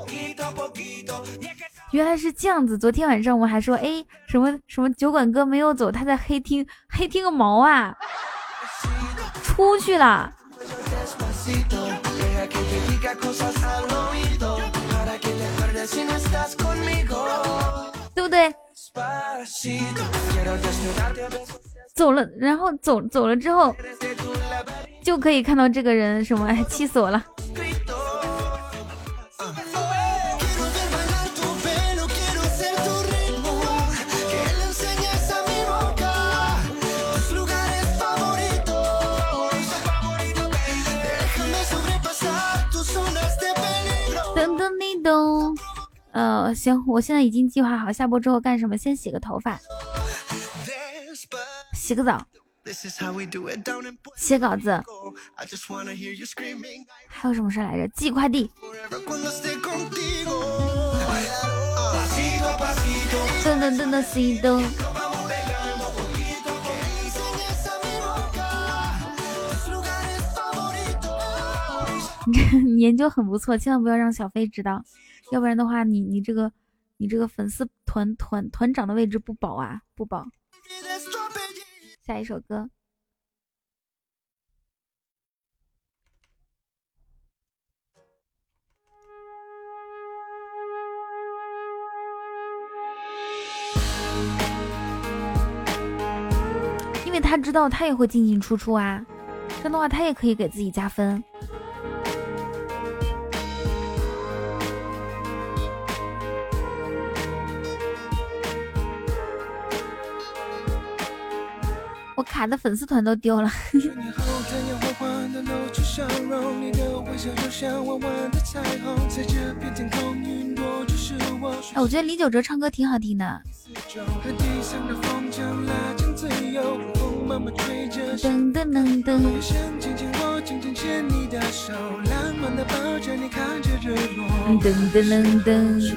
原来是这样子，昨天晚上我还说，哎，什么什么酒馆哥没有走，他在黑厅，黑厅个毛啊，出去了。对不对？走了，然后走走了之后，就可以看到这个人什么，哎，气死我了。噔噔滴咚。呃，行，我现在已经计划好下播之后干什么，先洗个头发，洗个澡，写稿子，还有什么事来着？寄快递。噔噔噔噔西咚。你研究很不错，千万不要让小飞知道，要不然的话，你你这个你这个粉丝团团团长的位置不保啊，不保。下一首歌。因为他知道他也会进进出出啊，这样的话他也可以给自己加分。我卡的粉丝团都丢了。哎，我觉得李玖哲唱歌挺好听的。噔噔噔噔。噔噔噔噔。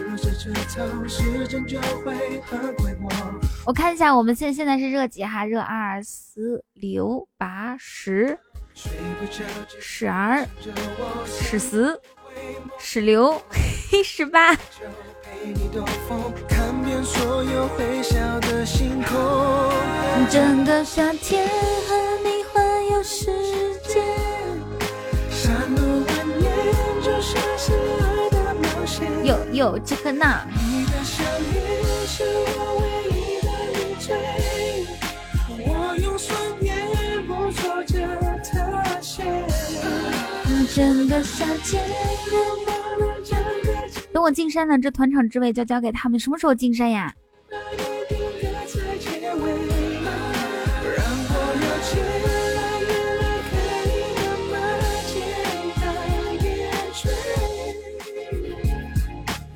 我看一下，我们现现在是热几哈？热二四六八十，十二，十四，十六，十八。整个夏天和你环游世界，山路蜿蜒就是心爱的冒险。有有这个呢。你的想念是我唯一的依追，我用双眼捕捉着特写。整个夏天等我进山了，这团场之位就交给他们。什么时候进山呀？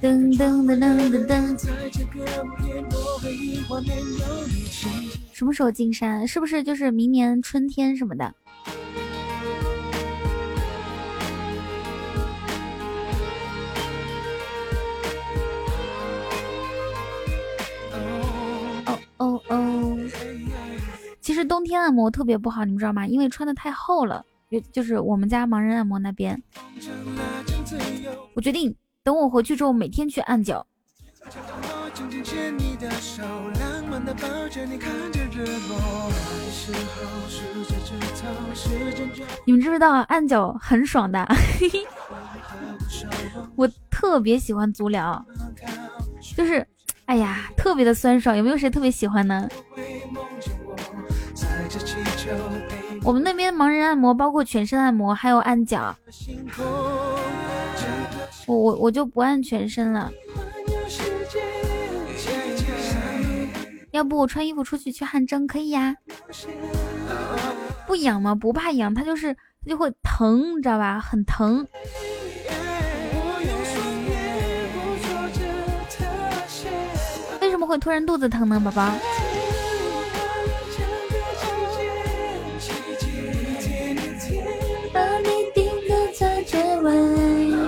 噔噔噔噔噔噔。什么时候进山？是不是就是明年春天什么的？哦哦哦！其实冬天按摩特别不好，你们知道吗？因为穿的太厚了。就就是我们家盲人按摩那边，我决定等我回去之后每天去按脚。你们知不知道按脚很爽的？我特别喜欢足疗，就是哎呀特别的酸爽，有没有谁特别喜欢呢？我们那边盲人按摩包括全身按摩还有按脚，我我我就不按全身了。要不我穿衣服出去去汗蒸可以呀？不痒吗？不怕痒，它就是它就会疼，你知道吧？很疼。为什么会突然肚子疼呢，宝宝？把你定格在结尾。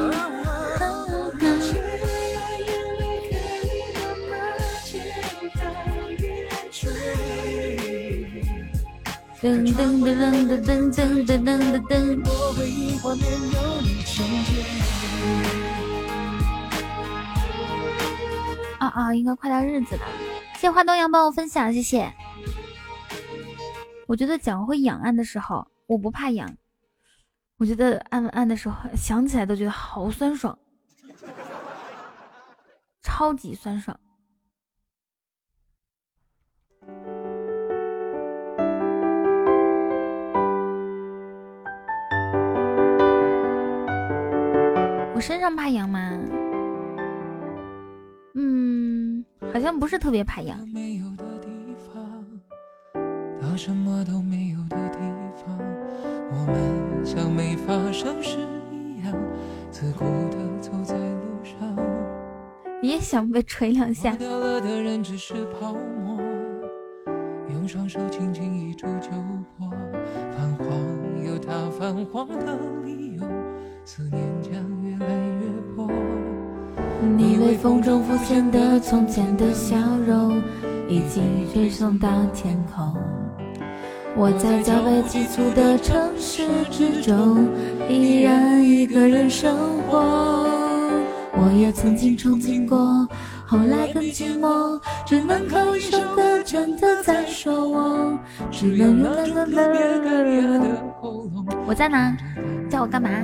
噔噔噔噔噔噔噔噔噔噔。啊啊，应该快到日子了。谢谢花东阳帮我分享，谢谢。我觉得脚会痒，按的时候我不怕痒，我觉得按按的时候想起来都觉得好酸爽，超级酸爽。我身上怕痒吗？嗯，好像不是特别怕痒。到什么都没有的地方，我们像没发生事一样，自顾地走在路上。也想被捶两下。忘掉了的人只是泡沫，用双手轻轻一触就破。泛黄有它泛黄的理由，思念将越来越薄。你微风中浮现的从前的笑容，已经飞送到天空。我在脚步急促的城市之中，依然一个人生活。我也曾经憧憬过，后来更寂寞，只能靠一首歌真的在说我，只能用了了。我在哪？叫我干嘛？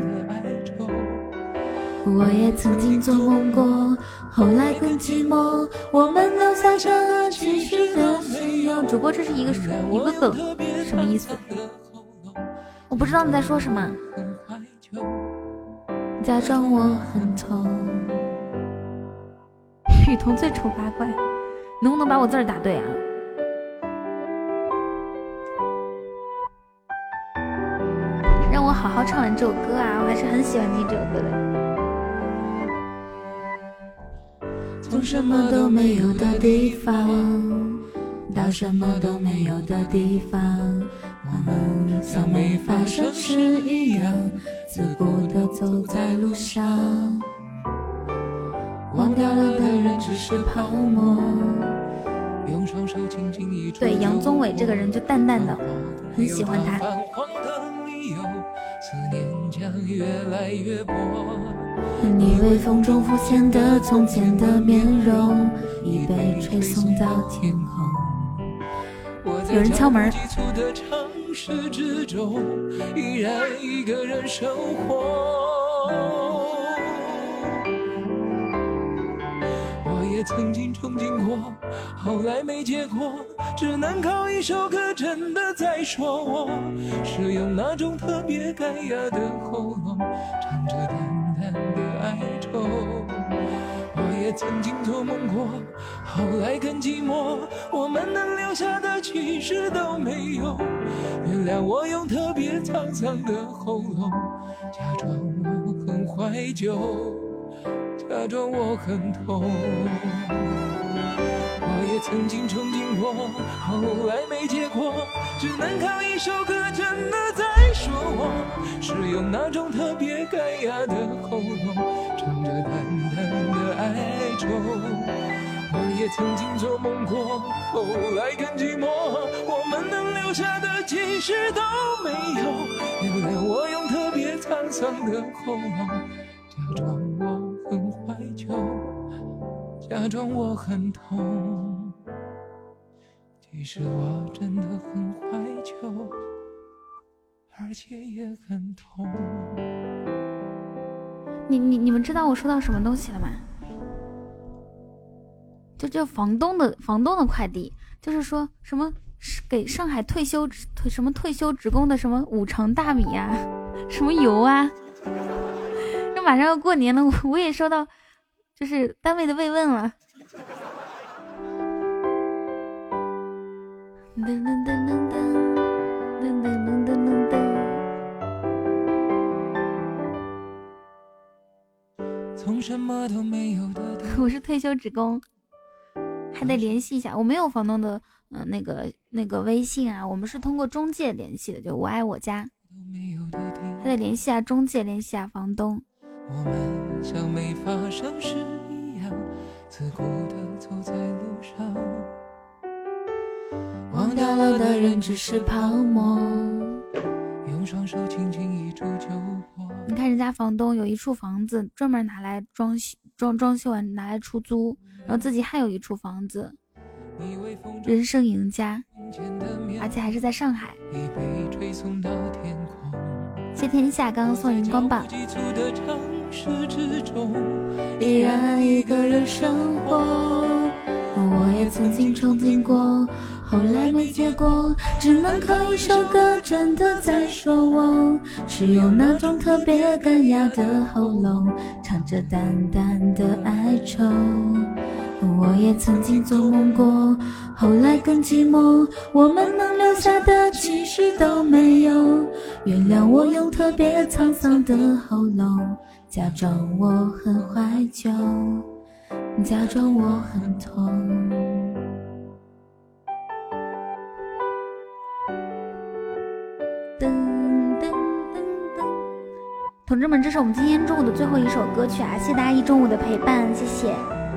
我也曾经做梦过，后来更寂寞，我们留下这继续的信仰。主播，这是一个一个梗，什么意思？我不知道你在说什么。假装我很痛。雨桐最丑八怪，能不能把我字儿打对啊？让我好好唱完这首歌啊！我还是很喜欢听这首歌的。从什么都没有的地方到什么都没有的地方，我们像没发生事一样，自顾地走在路上。忘掉了的人只是泡沫。用双手轻轻一触。对，杨宗纬这个人就淡淡的，很喜欢他。思念将越来越薄。你微风中浮现的从前的面容，已被吹送到天空。有人敲门。依然一个人生活。我也曾经憧憬过，后来没结果，只能靠一首歌真的在说我，是用那种特别干哑的喉咙，唱着淡淡的哀愁。我也曾经做梦过，后来更寂寞，我们能留下的其实都没有。原谅我用特别沧桑的喉咙，假装我很怀旧。 假装我很痛。我也曾经憧憬过，后来没结果，只能靠一首歌真的在说我，是用那种特别干哑的喉咙，唱着淡淡的哀愁。我也曾经做梦过，后来更寂寞，我们能留下的其实都没有。原谅我用特别沧桑的喉咙，假装我很怀旧，假装我很痛，其实我真的很怀旧，而且也很痛。 你你你们知道我收到什么东西了吗？就这房东的房东的快递，就是说什么给上海退休退什么退休职工的什么五常大米啊，什么油啊。这马上要过年了，我我也收到，就是单位的慰问了。噔噔噔噔噔噔噔噔噔噔。 从什么都没有的我是退休职工，还得联系一下。我没有房东的嗯、呃、那个那个微信啊，我们是通过中介联系的，就我爱我家，还得联系下中介，联系下房东。 我们像没发生事一样，自顾地走在路上，忘掉了的人只是泡沫，用双手轻轻一触就破。 你看人家房东有一处房子专门拿来装修装装修完拿来出租，然后自己还有一处房子，人生赢家，而且还是在上海。谢天下刚刚送荧光棒。依然一个人生活，我也曾经憧憬过，后来没结果，只能靠一首歌真的在说我，是用那种特别干哑的喉咙，唱着淡淡的哀愁。我也曾经做梦过，后来更寂寞，我们能留下的其实都没有。原谅我用特别沧桑的喉咙，假装我很怀旧，假装我很痛。噔噔噔噔，同志们，这是我们今天中午的最后一首歌曲啊！谢谢大家一中午的陪伴，谢谢。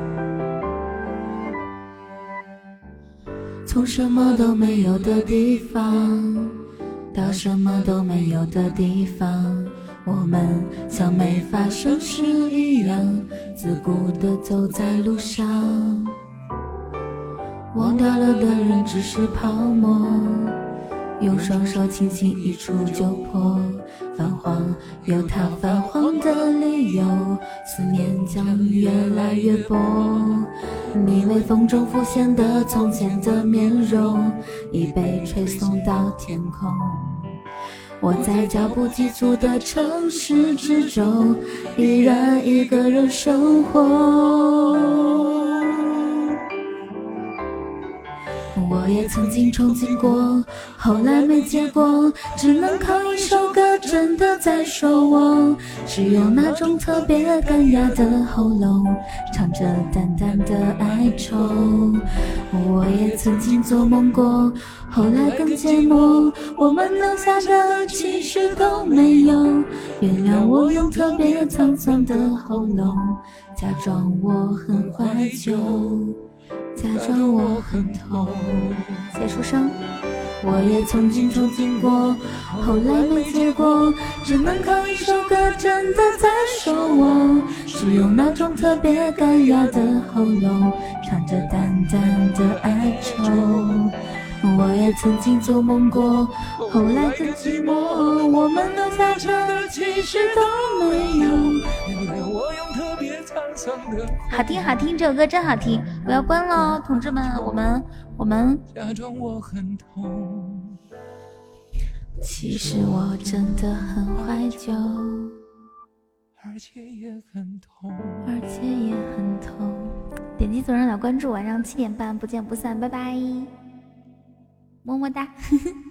从什么都没有的地方到什么都没有的地方，我们像没发生事一样，自顾地走在路上，忘掉了的人只是泡沫，用双手轻轻一触就破。泛黄有它泛黄的理由，思念将越来越薄。你微风中浮现的从前的面容，已被吹送到天空。我在脚步急促的城市之中，依然一个人生活。我也曾经憧憬过，后来没结果，只能靠一首歌真的在说我，是用那种特别干哑的喉咙，唱着淡淡的哀愁。我也曾经做梦过，后来更寂寞，我们留下的其实都没有。原谅我用特别沧桑的喉咙，假装我很怀旧，假装我很痛。谢书生。我也曾经憧憬过，后来没结果，只能靠一首歌真的在说我，是用那种特别干哑的喉咙，唱着淡淡的哀愁。我也曾经做梦过，后来更寂寞，我们留下的其实都没有。好听好听，这首歌真好听，我要关了，同志们，我们我们假装我很痛， 其实我真的很怀旧， 而且也很痛， 而且也很痛。点击左上角关注，晚上七点半不见不散，拜拜，么么哒。呵呵